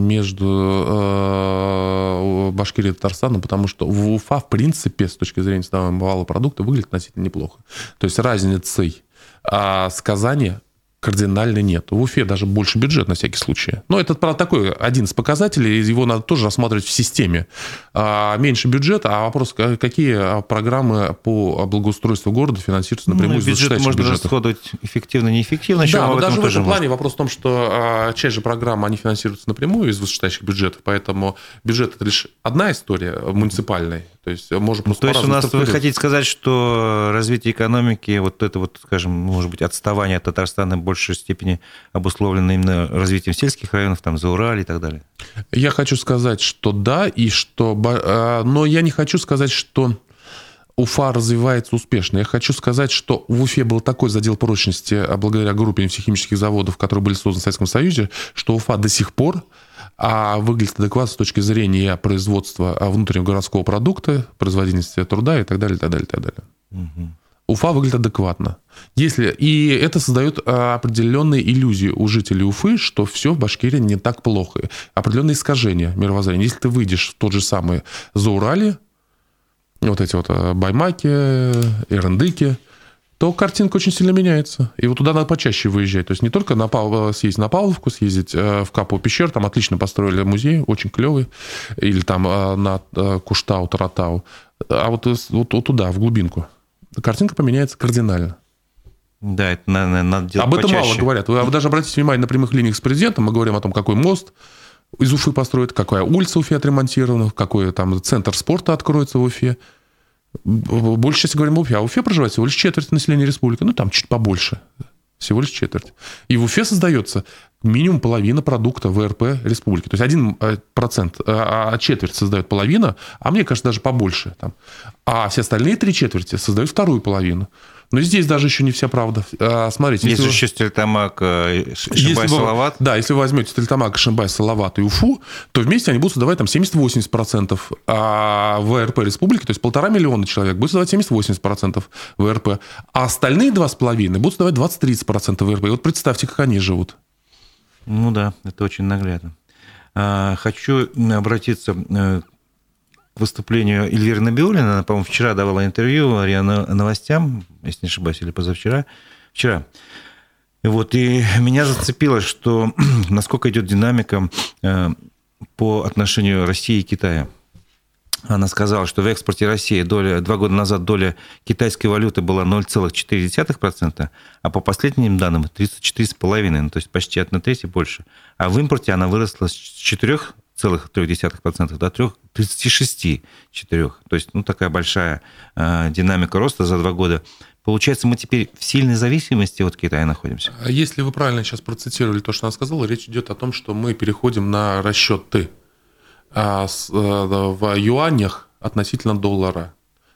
между Башкирией и Татарстаном, потому что Уфа, в принципе, с точки зрения станового продукта, выглядит относительно неплохо. То есть разницей с Казани кардинально нет. В Уфе даже больше бюджет на всякий случай. Но это, правда, такой один из показателей, его надо тоже рассматривать в системе. Меньше бюджета, а вопрос, какие программы по благоустройству города финансируются напрямую из высочайших бюджетов. Можно расходовать эффективно, неэффективно. Да, но даже в этом плане вопрос в том, что часть же программ, они финансируются напрямую из высочайших бюджетов, поэтому бюджет – это лишь одна история муниципальной. То есть, можно просто то есть у нас, вы хотите сказать, что развитие экономики, вот это вот, скажем, может быть, отставание от Татарстана в большей степени обусловлено именно развитием сельских районов, там, Заураль и так далее? Я хочу сказать, что да, и что... но я не хочу сказать, что Уфа развивается успешно. Я хочу сказать, что в Уфе был такой задел прочности благодаря группе нефтехимических заводов, которые были созданы в Советском Союзе, что Уфа до сих пор выглядит адекватно с точки зрения производства внутреннего городского продукта, производительности труда и так далее, и так далее, и так далее. Угу. Уфа выглядит адекватно. И это создает определенные иллюзии у жителей Уфы, что все в Башкирии не так плохо. Определенные искажения мировоззрения. Если ты выйдешь в тот же самый Зауралье, вот эти вот Баймаки, Эрендыки, то картинка очень сильно меняется. И вот туда надо почаще выезжать. То есть не только съездить на Павловку, съездить в Капу пещер, там отлично построили музей, очень клевый, или там на Куштау, Таратау, а вот туда, в глубинку. Картинка поменяется кардинально. Да, это надо делать об этом почаще. Мало говорят. Вы даже обратите внимание, на прямых линиях с президентом мы говорим о том, какой мост из Уфы построят, какая улица в Уфе отремонтирована, какой там центр спорта откроется в Уфе. Больше части говорим об Уфе. А в Уфе проживает всего лишь четверть населения республики. Ну, там чуть побольше. Всего лишь четверть. И в Уфе создается минимум половина продукта ВРП республики. То есть 1%, а четверть создает половина, а мне кажется, даже побольше. Там. А все остальные 3/4 создают вторую половину. Но здесь даже еще не вся правда. Смотрите. Есть еще Стерлитамак, Ишимбай, Салават. Да, если вы возьмете Стерлитамак, Ишимбай, Салават и Уфу, то вместе они будут создавать там 70-80%. А ВРП республики, то есть 1,5 миллиона человек, будет создавать 70-80% ВРП. А остальные 2,5 будут создавать 20-30% ВРП. И вот представьте, как они живут. Ну да, это очень наглядно. Хочу обратиться к выступлению Эльвиры Набиуллиной. Она, по-моему, вчера давала интервью РИА Новостям, если не ошибаюсь, или позавчера. Вчера. Вот, и меня зацепило, что насколько идет динамика по отношению России и Китая. Она сказала, что в экспорте России 2 года назад доля китайской валюты была 0,4%, а по последним данным 34,5%, ну, то есть почти 1/3 больше. А в импорте она выросла с 4,3% до 36,4%. То есть, такая большая динамика роста за 2 года. Получается, мы теперь в сильной зависимости от Китая находимся. Если вы правильно сейчас процитировали то, что она сказала, речь идет о том, что мы переходим на расчеты в юанях относительно доллара.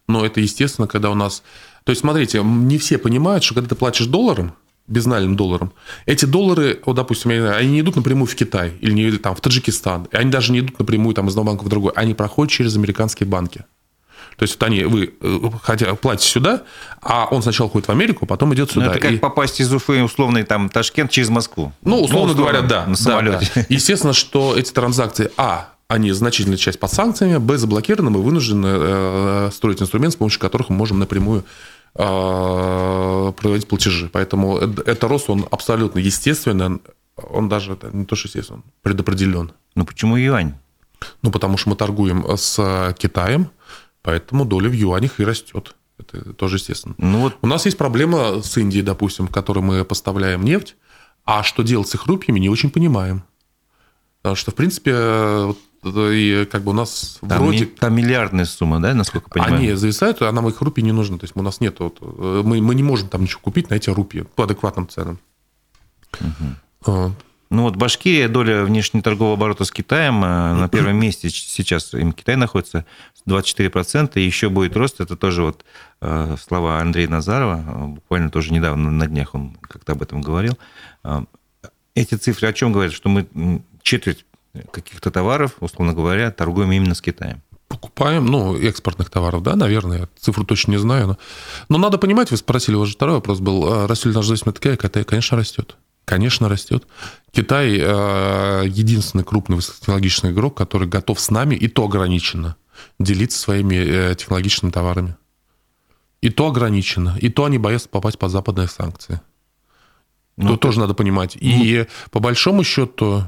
Но это естественно, когда у нас... То есть, смотрите, не все понимают, что когда ты платишь долларом, безнальным долларом, эти доллары, вот, допустим, они не идут напрямую в Китай или там, в Таджикистан, и они даже не идут напрямую там, из одного банка в другой, они проходят через американские банки. То есть, вот вы платите сюда, а он сначала ходит в Америку, потом идет сюда. Это как попасть из Уфы, условный там Ташкент, через Москву. Условно говоря, да. На самолете. Да. Естественно, что эти транзакции, они значительная часть под санкциями, заблокированы, мы вынуждены строить инструмент, с помощью которых мы можем напрямую проводить платежи. Поэтому это рост, он абсолютно естественный, он даже не то, что естественно, он предопределен. Но почему юань? Потому что мы торгуем с Китаем, поэтому доля в юанях и растет. Это тоже естественно. У нас есть проблема с Индией, допустим, в которой мы поставляем нефть, а что делать с их рупиями, не очень понимаем. Потому что, в принципе, и у нас Там миллиардная сумма, да, насколько я понимаю? Они зависают, а нам их рупий не нужно. То есть у нас нет... Мы не можем там ничего купить на эти рупии по адекватным ценам. Угу. Башкирия, доля внешнеторгового оборота с Китаем на первом месте сейчас Китай находится 24%, и еще будет рост. Это тоже слова Андрея Назарова, буквально тоже недавно на днях он как-то об этом говорил. Эти цифры о чем говорят? Что мы четверть каких-то товаров, условно говоря, торгуем именно с Китаем. Покупаем, экспортных товаров, да, наверное, я цифру точно не знаю. Но надо понимать, вы спросили, у вас же второй вопрос был, растет ли наша зависимость от Китая? Китай, конечно, растет. Конечно, растет. Китай единственный крупный высокотехнологичный игрок, который готов с нами, и то ограниченно, делиться своими технологичными товарами. И то ограниченно. И то они боятся попасть под западные санкции. Тут тоже надо понимать. И по большому счету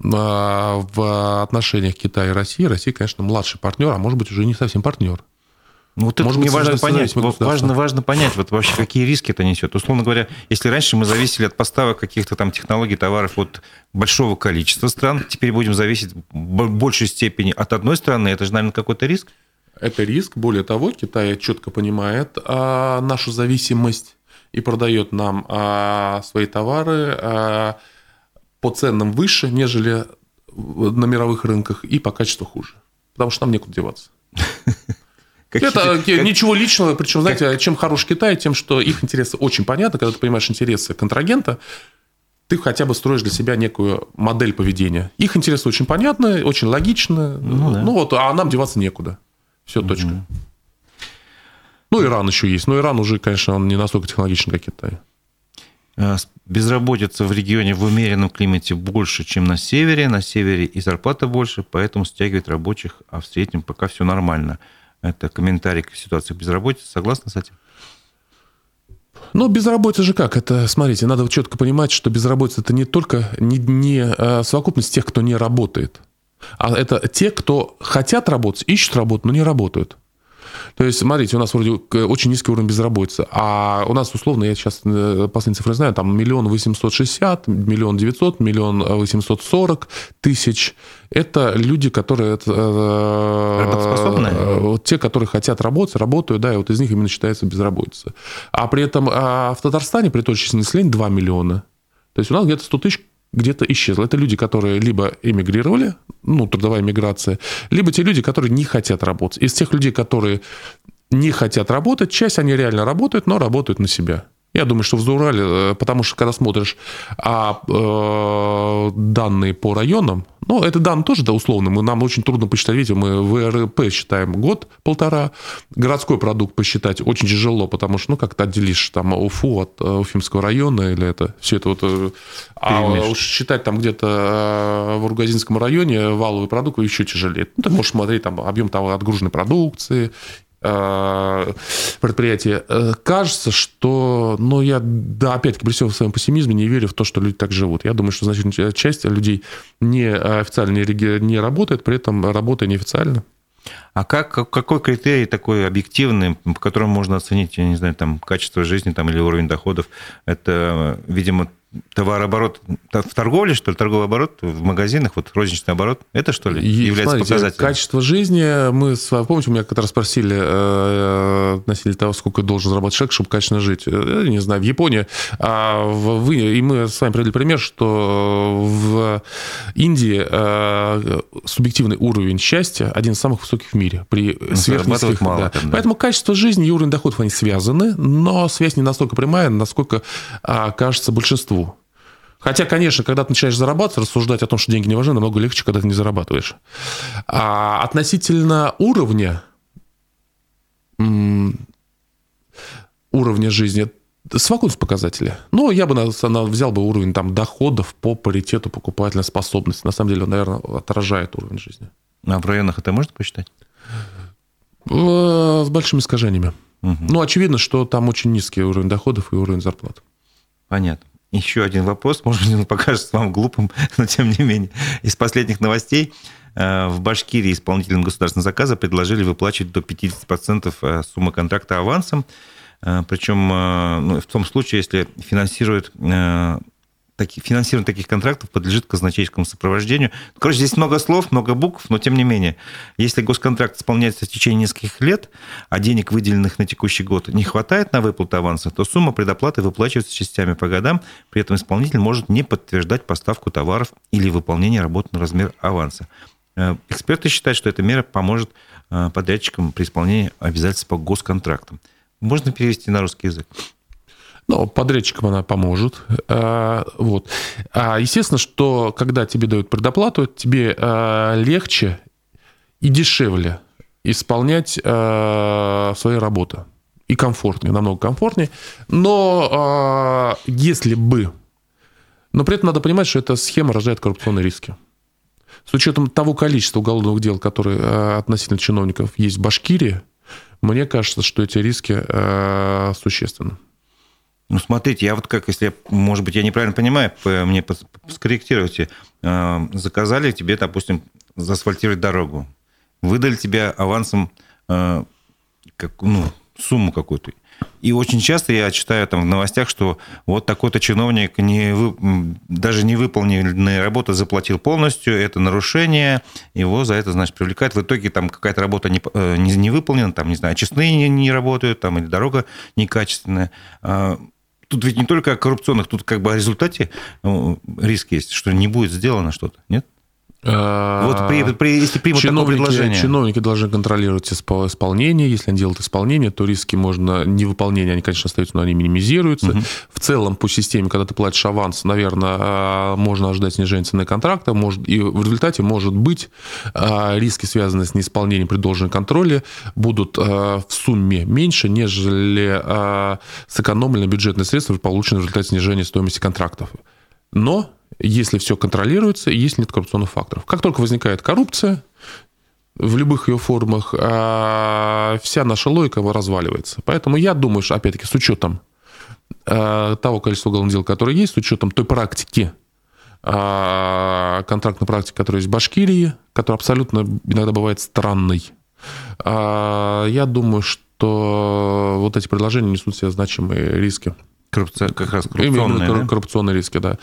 в отношениях Китая и России, Россия, конечно, младший партнер, а может быть, уже не совсем партнер. Это мне важно понять. Важно понять, вообще, какие риски это несет. Условно говоря, если раньше мы зависели от поставок каких-то там технологий, товаров от большого количества стран, теперь будем зависеть в большей степени от одной страны, это же, наверное, какой-то риск? Это риск. Более того, Китай четко понимает нашу зависимость и продает нам свои товары по ценам выше, нежели на мировых рынках, и по качеству хуже. Потому что нам некуда деваться. Это ничего личного, причем, знаете, чем хорош Китай, тем, что их интересы очень понятны. Когда ты понимаешь интересы контрагента, ты хотя бы строишь для себя некую модель поведения. Их интересы очень понятны, очень логичны, а нам деваться некуда. Все, точка. Иран еще есть, но Иран уже, конечно, он не настолько технологичен, как Китай. Безработица в регионе в умеренном климате больше, чем на севере и зарплата больше, поэтому стягивает рабочих, а в среднем пока все нормально. Это комментарий к ситуации безработицы. Согласны с этим? Безработица же как? Это, смотрите, надо четко понимать, что безработица – это не только не совокупность тех, кто не работает, а это те, кто хотят работать, ищут работу, но не работают. То есть, смотрите, у нас вроде очень низкий уровень безработицы, а у нас, условно, я сейчас последние цифры знаю, там 1 860 000, 1 900 000, 1 840 000. Это люди, которые... Работоспособные? Те, которые хотят работать, работают, да, и из них именно считается безработица. А при этом в Татарстане при той численности населения 2 миллиона. То есть, у нас где-то 100 000 где-то исчезло. Это люди, которые либо эмигрировали, трудовая миграция, либо те люди, которые не хотят работать. Из тех людей, которые не хотят работать, часть они реально работают, но работают на себя. Я думаю, что в Заурале, потому что когда смотришь данные по районам, это данные тоже условно, нам очень трудно посчитать, видите, мы ВРП считаем год-полтора, городской продукт посчитать очень тяжело, потому что, как ты отделишь там Уфу от Уфимского района, или это все это а уж считать там где-то в Ургазинском районе валовый продукт еще тяжелее. Ты можешь смотреть там объем отгруженной продукции, предприятия. Кажется, что, я, опять-таки, при всем своем пессимизме не верю в то, что люди так живут. Я думаю, что значительная часть людей неофициально не работает, при этом работая неофициально. А какой критерий такой объективный, по которому можно оценить, я не знаю, там, качество жизни или уровень доходов? Это, видимо, товарооборот в торговле, что ли, торговый оборот в магазинах, вот розничный оборот, это, что ли, является показателем? Качество жизни, мы с вами, помните, меня как-то раз спросили относительно того, сколько должен зарабатывать человек, чтобы качественно жить. Я не знаю, в Японии, и мы с вами привели пример, что в Индии субъективный уровень счастья один из самых высоких в мире при сверхнизких. Мало, да. там, да. Поэтому качество жизни и уровень доходов, они связаны, но связь не настолько прямая, насколько кажется большинству. Хотя, конечно, когда ты начинаешь зарабатывать, рассуждать о том, что деньги не важны, намного легче, когда ты не зарабатываешь. А относительно уровня жизни, совокупность показателей. Ну, я бы взял бы уровень там, доходов по паритету покупательной способности. На самом деле, он, наверное, отражает уровень жизни. А в районах это можно посчитать? С большими искажениями. Угу. Ну, очевидно, что там очень низкий уровень доходов и уровень зарплат. Понятно. Еще один вопрос, может быть, он покажется вам глупым, но тем не менее. Из последних новостей в Башкирии исполнителям государственного заказа предложили выплачивать до 50% суммы контракта авансом, причем в том случае, если финансирование таких контрактов подлежит казначейскому сопровождению. Короче, здесь много слов, много букв, но тем не менее, если госконтракт исполняется в течение нескольких лет, а денег, выделенных на текущий год, не хватает на выплату аванса, то сумма предоплаты выплачивается частями по годам, при этом исполнитель может не подтверждать поставку товаров или выполнение работ на размер аванса. Эксперты считают, что эта мера поможет подрядчикам при исполнении обязательств по госконтрактам. Можно перевести на русский язык? Ну, подрядчикам она поможет. Вот. Естественно, что когда тебе дают предоплату, тебе легче и дешевле исполнять свои работы. И комфортнее, намного комфортнее. Но если бы... Но при этом надо понимать, что эта схема рождает коррупционные риски. С учетом того количества уголовных дел, которые относительно чиновников есть в Башкирии, мне кажется, что эти риски существенны. Ну, смотрите, я вот как, если, может быть, я неправильно понимаю, мне скорректируйте. Заказали тебе, допустим, заасфальтировать дорогу. Выдали тебе авансом сумму какую-то. И очень часто я читаю там в новостях, что вот такой-то чиновник даже не выполненные работы заплатил полностью, это нарушение, его за это, значит, привлекают. В итоге там какая-то работа не выполнена, там, не знаю, очистные не работают, там, или дорога некачественная. Тут ведь не только о коррупционных, тут как бы о результате риск есть, что не будет сделано что-то, нет? Вот если примут такое предложение. Чиновники должны контролировать исполнение. Если они делают исполнение, то риски невыполнения, они, конечно, остаются, но они минимизируются. Угу. В целом, по системе, когда ты платишь аванс, наверное, можно ожидать снижения цены контракта, и в результате, может быть, риски, связанные с неисполнением при должном контроле, будут в сумме меньше, нежели сэкономленные бюджетные средства, полученные в результате снижения стоимости контрактов. Но если все контролируется, если нет коррупционных факторов. Как только возникает коррупция в любых ее формах, вся наша логика разваливается. Поэтому я думаю, что, опять-таки, с учетом того количества уголовных дел, которые есть, с учетом той практики, контрактной практики, которая есть в Башкирии, которая абсолютно иногда бывает странной, я думаю, что вот эти предложения несут в себе значимые риски. Как раз коррупционные, именно коррупционные риски, да.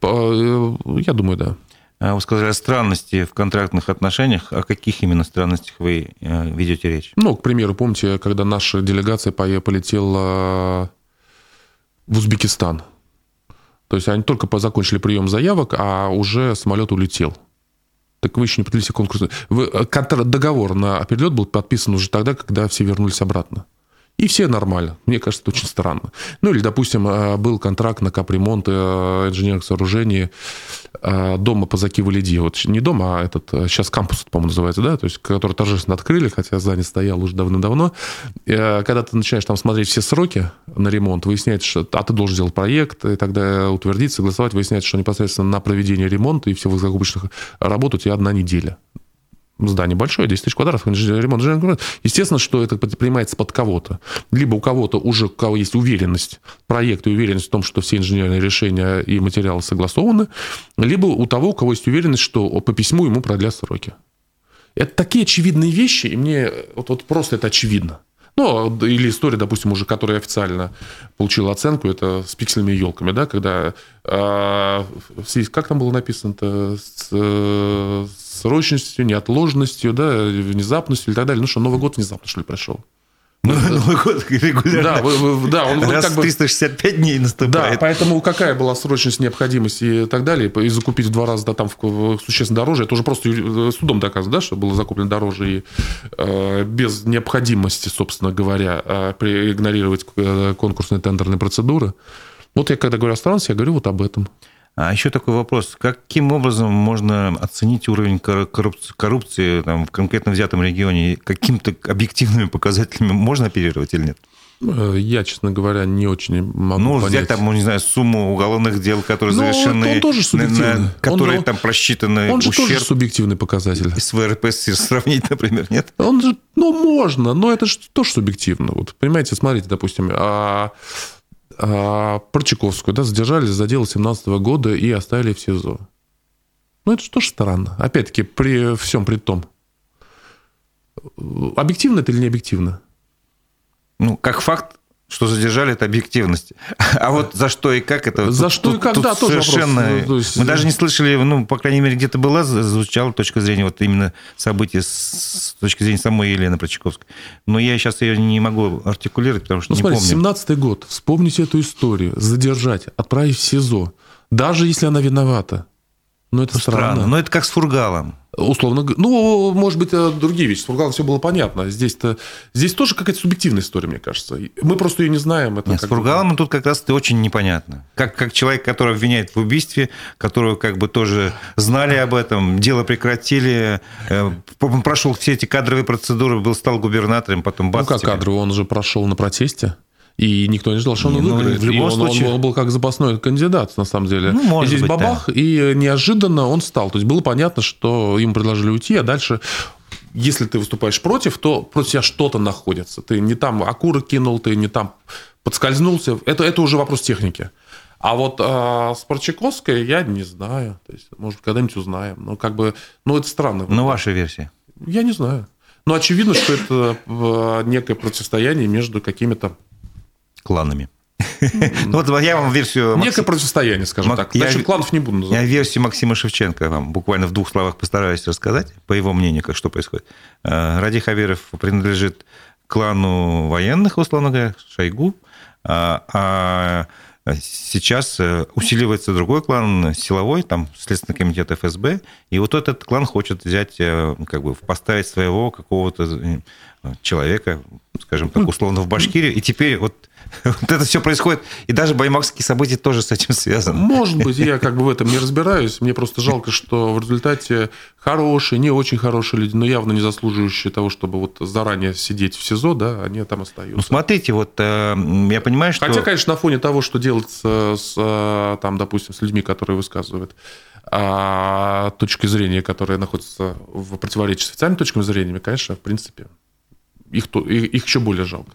Я думаю, да. Вы сказали о странности в контрактных отношениях. О каких именно странностях вы ведете речь? Ну, к примеру, помните, когда наша делегация полетела в Узбекистан. То есть они только закончили прием заявок, а уже самолет улетел. Так вы еще не подвели конкурс. Договор на перелет был подписан уже тогда, когда все вернулись обратно. И все нормально. Мне кажется, это очень странно. Ну, или, допустим, был контракт на капремонт инженерных сооружений дома по Заки-Валиди. Вот не дом, а сейчас кампус, по-моему, называется, да, то есть, который торжественно открыли, хотя здание стояло уже давно-давно. Когда ты начинаешь там смотреть все сроки на ремонт, выясняется, что ты должен сделать проект, и тогда утвердить, согласовать, выясняется, что непосредственно на проведение ремонта и всех закупочных работ у тебя 1 неделя. Здание большое, 10 тысяч квадратов, ремонт. Естественно, что это принимается под кого-то. Либо у кого-то уже, у кого есть уверенность в проекте, уверенность в том, что все инженерные решения и материалы согласованы, либо у того, у кого есть уверенность, что по письму ему продлят сроки. Это такие очевидные вещи, и мне вот просто это очевидно. Ну, или история, допустим, уже, которая официально получила оценку, это с пиксельными елками, да, когда, как там было написано-то, с срочностью, неотложностью, да, внезапностью и так далее. Ну что, Новый год внезапно, что ли, прошел? Новый год регулярно. Да, он раз в 365 дней наступает. Да, поэтому какая была срочность, необходимость и так далее, и закупить в 2 раза там существенно дороже, это уже просто судом доказано, да, что было закуплено дороже и без необходимости, собственно говоря, игнорировать конкурсные тендерные процедуры. Вот я когда говорю о странности, я говорю вот об этом. А еще такой вопрос. Каким образом можно оценить уровень коррупции там, в конкретно взятом регионе? Какими-то объективными показателями можно оперировать или нет? Я, честно говоря, не очень могу понять. Взять там, не знаю, сумму уголовных дел, которые завершены, он тоже субъективный. которые там просчитаны он же ущерб. Тоже субъективный показатель. И с ВРП сравнить, например, нет? Он же, можно, но это же тоже субъективно. Вот, понимаете, смотрите, допустим, Парчаковскую, да, задержали за дело 2017 года и оставили в СИЗО. Ну, это же тоже странно. Опять-таки, при всем при том. Объективно это или не объективно? Ну, как факт, что задержали, это объективность. А вот за что и как это... За что и как, да, тоже совершенно... вопрос. Мы даже не слышали, ну, по крайней мере, где-то была, звучала точка зрения вот именно событий с точки зрения самой Елены Парчаковской. Но я сейчас ее не могу артикулировать, потому что не помню. Смотрите, 17-й год. Вспомните эту историю. Задержать, отправить в СИЗО. Даже если она виновата. Но это странно. Но это как с Фургалом. Условно, может быть, другие вещи. С Фургалом все было понятно. Здесь тоже какая-то субъективная история, мне кажется. Мы просто ее не знаем. Нет, с Фургалом тут как раз это очень непонятно. Как человек, который обвиняет в убийстве, которого как бы тоже знали об этом, дело прекратили, он прошел все эти кадровые процедуры, стал губернатором, потом бац. Ну, как кадровый? Он же прошел на протесте. И никто не ждал, что он выиграет. В любом случае... он был как запасной кандидат, на самом деле. И здесь быть, бабах, да. И неожиданно он стал. То есть было понятно, что ему предложили уйти, а дальше, если ты выступаешь против, то против тебя что-то находится. Ты не там окурок кинул, ты не там подскользнулся. Это уже вопрос техники. А вот с Парчаковской я не знаю. То есть, может, когда-нибудь узнаем. Но это странно. Ну, ваша версия? Я не знаю. Но очевидно, что это некое противостояние между какими-то кланами. Вот я вам версию... Некое противостояние, скажем так. Насчет кланов не буду называть. Я версию Максима Шевченко вам буквально в 2 словах постараюсь рассказать, по его мнению, что происходит. Ради Хабиров принадлежит клану военных, условно говоря, Шойгу, а сейчас усиливается другой клан, силовой, там, Следственный комитет ФСБ, и вот этот клан хочет взять, поставить своего какого-то человека, скажем так, условно, в Башкирию, и теперь вот это все происходит, и даже баймакские события тоже с этим связаны. Может быть, я в этом не разбираюсь, мне просто жалко, что в результате хорошие, не очень хорошие люди, но явно не заслуживающие того, чтобы вот заранее сидеть в СИЗО, да, они там остаются. Ну, смотрите, вот я понимаю, что... Хотя, конечно, на фоне того, что делается там, допустим, с людьми, которые высказывают точки зрения, которые находятся в противоречии с официальными точками зрения, конечно, в принципе, их еще более жалко.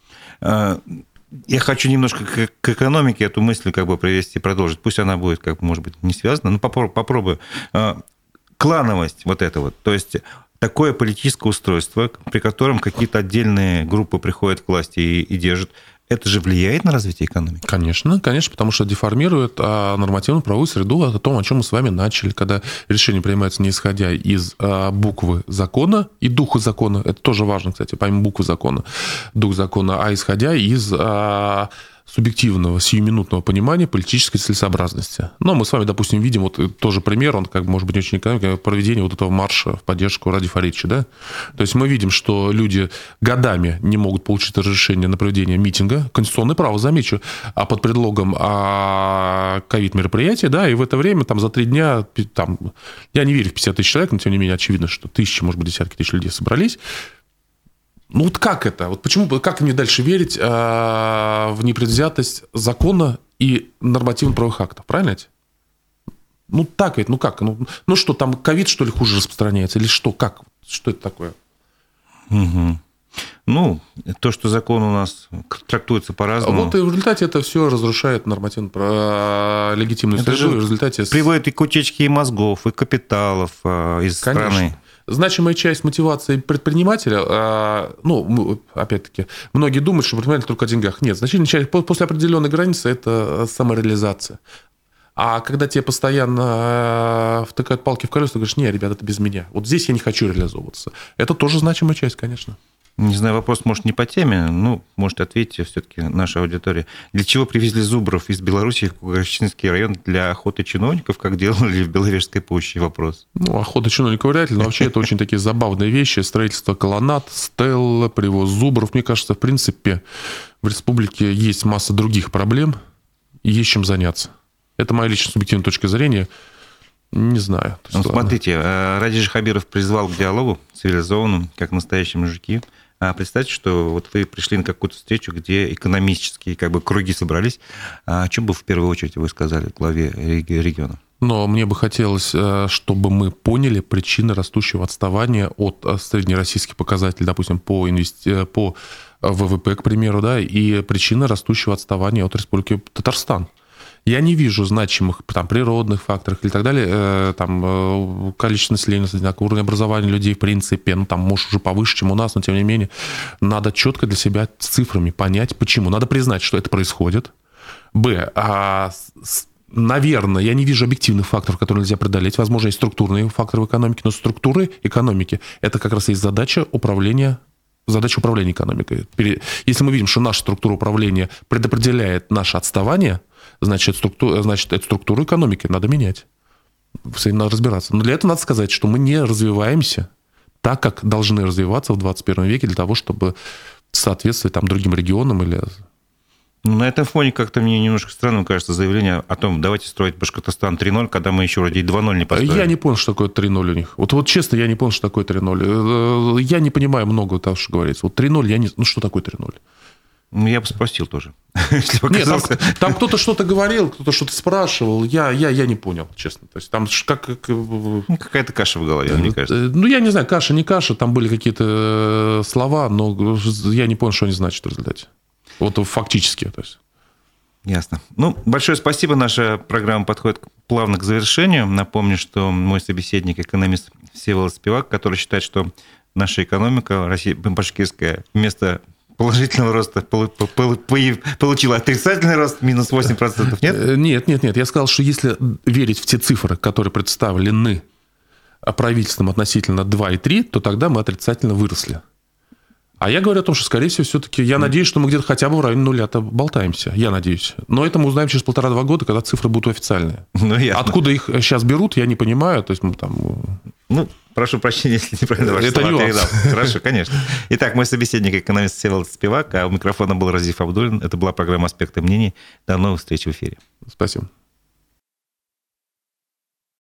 Я хочу немножко к экономике эту мысль привести и продолжить. Пусть она будет, может быть, не связана, но попробую. Клановость вот это вот, то есть такое политическое устройство, при котором какие-то отдельные группы приходят к власти и держат, это же влияет на развитие экономики? Конечно, потому что деформирует нормативно-правовую среду, о том, о чем мы с вами начали, когда решения принимаются не исходя из буквы закона и духа закона, это тоже важно, кстати, помимо буквы закона, дух закона, а исходя из субъективного, сиюминутного понимания политической целесообразности. Но мы с вами, допустим, видим вот тоже пример, он может быть не очень экономика, проведение вот этого марша в поддержку Ради Фаридовича, да? То есть мы видим, что люди годами не могут получить разрешение на проведение митинга, конституционное право, замечу, а под предлогом ковид-мероприятия, да, и в это время там за 3 дня, там, я не верю в 50 тысяч человек, но тем не менее очевидно, что тысячи, может быть, десятки тысяч людей собрались. Ну вот как это? Вот почему, как мне дальше верить в непредвзятость закона и нормативно-правовых актов, правильно ведь? Ну так ведь, ну как? Ну что, там ковид, что ли, хуже распространяется? Или что, как? Что это такое? Угу. Ну, то, что закон у нас трактуется по-разному. Вот и в результате это все разрушает нормативно-легитимную среду. В результате... Приводит и к утечке и мозгов, и капиталов из страны. Значимая часть мотивации предпринимателя, опять-таки, многие думают, что предприниматель только о деньгах. Нет, значительная часть после определенной границы – это самореализация. А когда тебе постоянно втыкают палки в колеса, ты говоришь, не, ребята, это без меня. Вот здесь я не хочу реализовываться. Это тоже значимая часть, конечно. Не знаю, вопрос, может, не по теме, может, ответьте все-таки нашей аудитории. Для чего привезли зубров из Беларуси в Кугарчинский район для охоты чиновников, как делали в Беловежской пуще? Вопрос. Охота чиновников вряд ли, но вообще это очень такие забавные вещи. Строительство колоннад, стел, привоз зубров. Мне кажется, в принципе, в республике есть масса других проблем, и есть чем заняться. Это моя личная субъективная точка зрения. Не знаю. Смотрите, Радий Хабиров призвал к диалогу цивилизованному, как настоящие мужики. А представьте, что вот вы пришли на какую-то встречу, где экономические круги собрались. О чем бы в первую очередь вы сказали главе региона? Но мне бы хотелось, чтобы мы поняли причины растущего отставания от среднероссийских показателей, допустим, по ВВП, к примеру, да, и причины растущего отставания от Республики Татарстан. Я не вижу значимых природных факторов или так далее, количество населения, уровень образования людей, в принципе, может, уже повыше, чем у нас, но тем не менее, надо четко для себя с цифрами понять, почему. Надо признать, что это происходит. Наверное, я не вижу объективных факторов, которые нельзя преодолеть. Возможно, есть структурные факторы в экономике, но структуры экономики – это как раз и есть задача управления экономикой. Если мы видим, что наша структура управления предопределяет наше отставание, значит, эту структуру экономики надо менять. С этим надо разбираться. Но для этого надо сказать, что мы не развиваемся так, как должны развиваться в 21 веке для того, чтобы соответствовать другим регионам или... На этом фоне как-то мне немножко странным кажется заявление о том, давайте строить Башкортостан 3.0, когда мы еще вроде и 2.0 не построили. Я не понял, что такое 3.0 у них. Вот честно, я не понял, что такое 3.0. Я не понимаю много того, что говорится. Вот 3.0, я не... что такое 3.0? Я бы спросил тоже. Нет, там кто-то что-то говорил, кто-то что-то спрашивал. Я не понял, честно. То есть там какая-то каша в голове, мне кажется. Я не знаю, каша, не каша. Там были какие-то слова, но я не понял, что они значат в результате. Вот фактически. То есть. Ясно. Большое спасибо. Наша программа подходит плавно к завершению. Напомню, что мой собеседник, экономист Всеволод Спивак, который считает, что наша экономика, башкирская, вместо положительного роста получила отрицательный рост, минус 8%, нет? Нет. Я сказал, что если верить в те цифры, которые представлены правительством относительно 2 и 3, то тогда мы отрицательно выросли. А я говорю о том, что, скорее всего, все-таки я надеюсь, что мы где-то хотя бы в районе нуля-то болтаемся. Я надеюсь. Но это мы узнаем через 1,5-2 года, когда цифры будут официальные. Откуда их сейчас берут, я не понимаю. То есть мы там... прошу прощения, если неправильно ваши слова передал. Хорошо, конечно. Итак, мой собеседник, экономист Всеволод Спивак, а у микрофона был Разиф Абдуллин. Это была программа «Аспекты мнений». До новых встреч в эфире. Спасибо.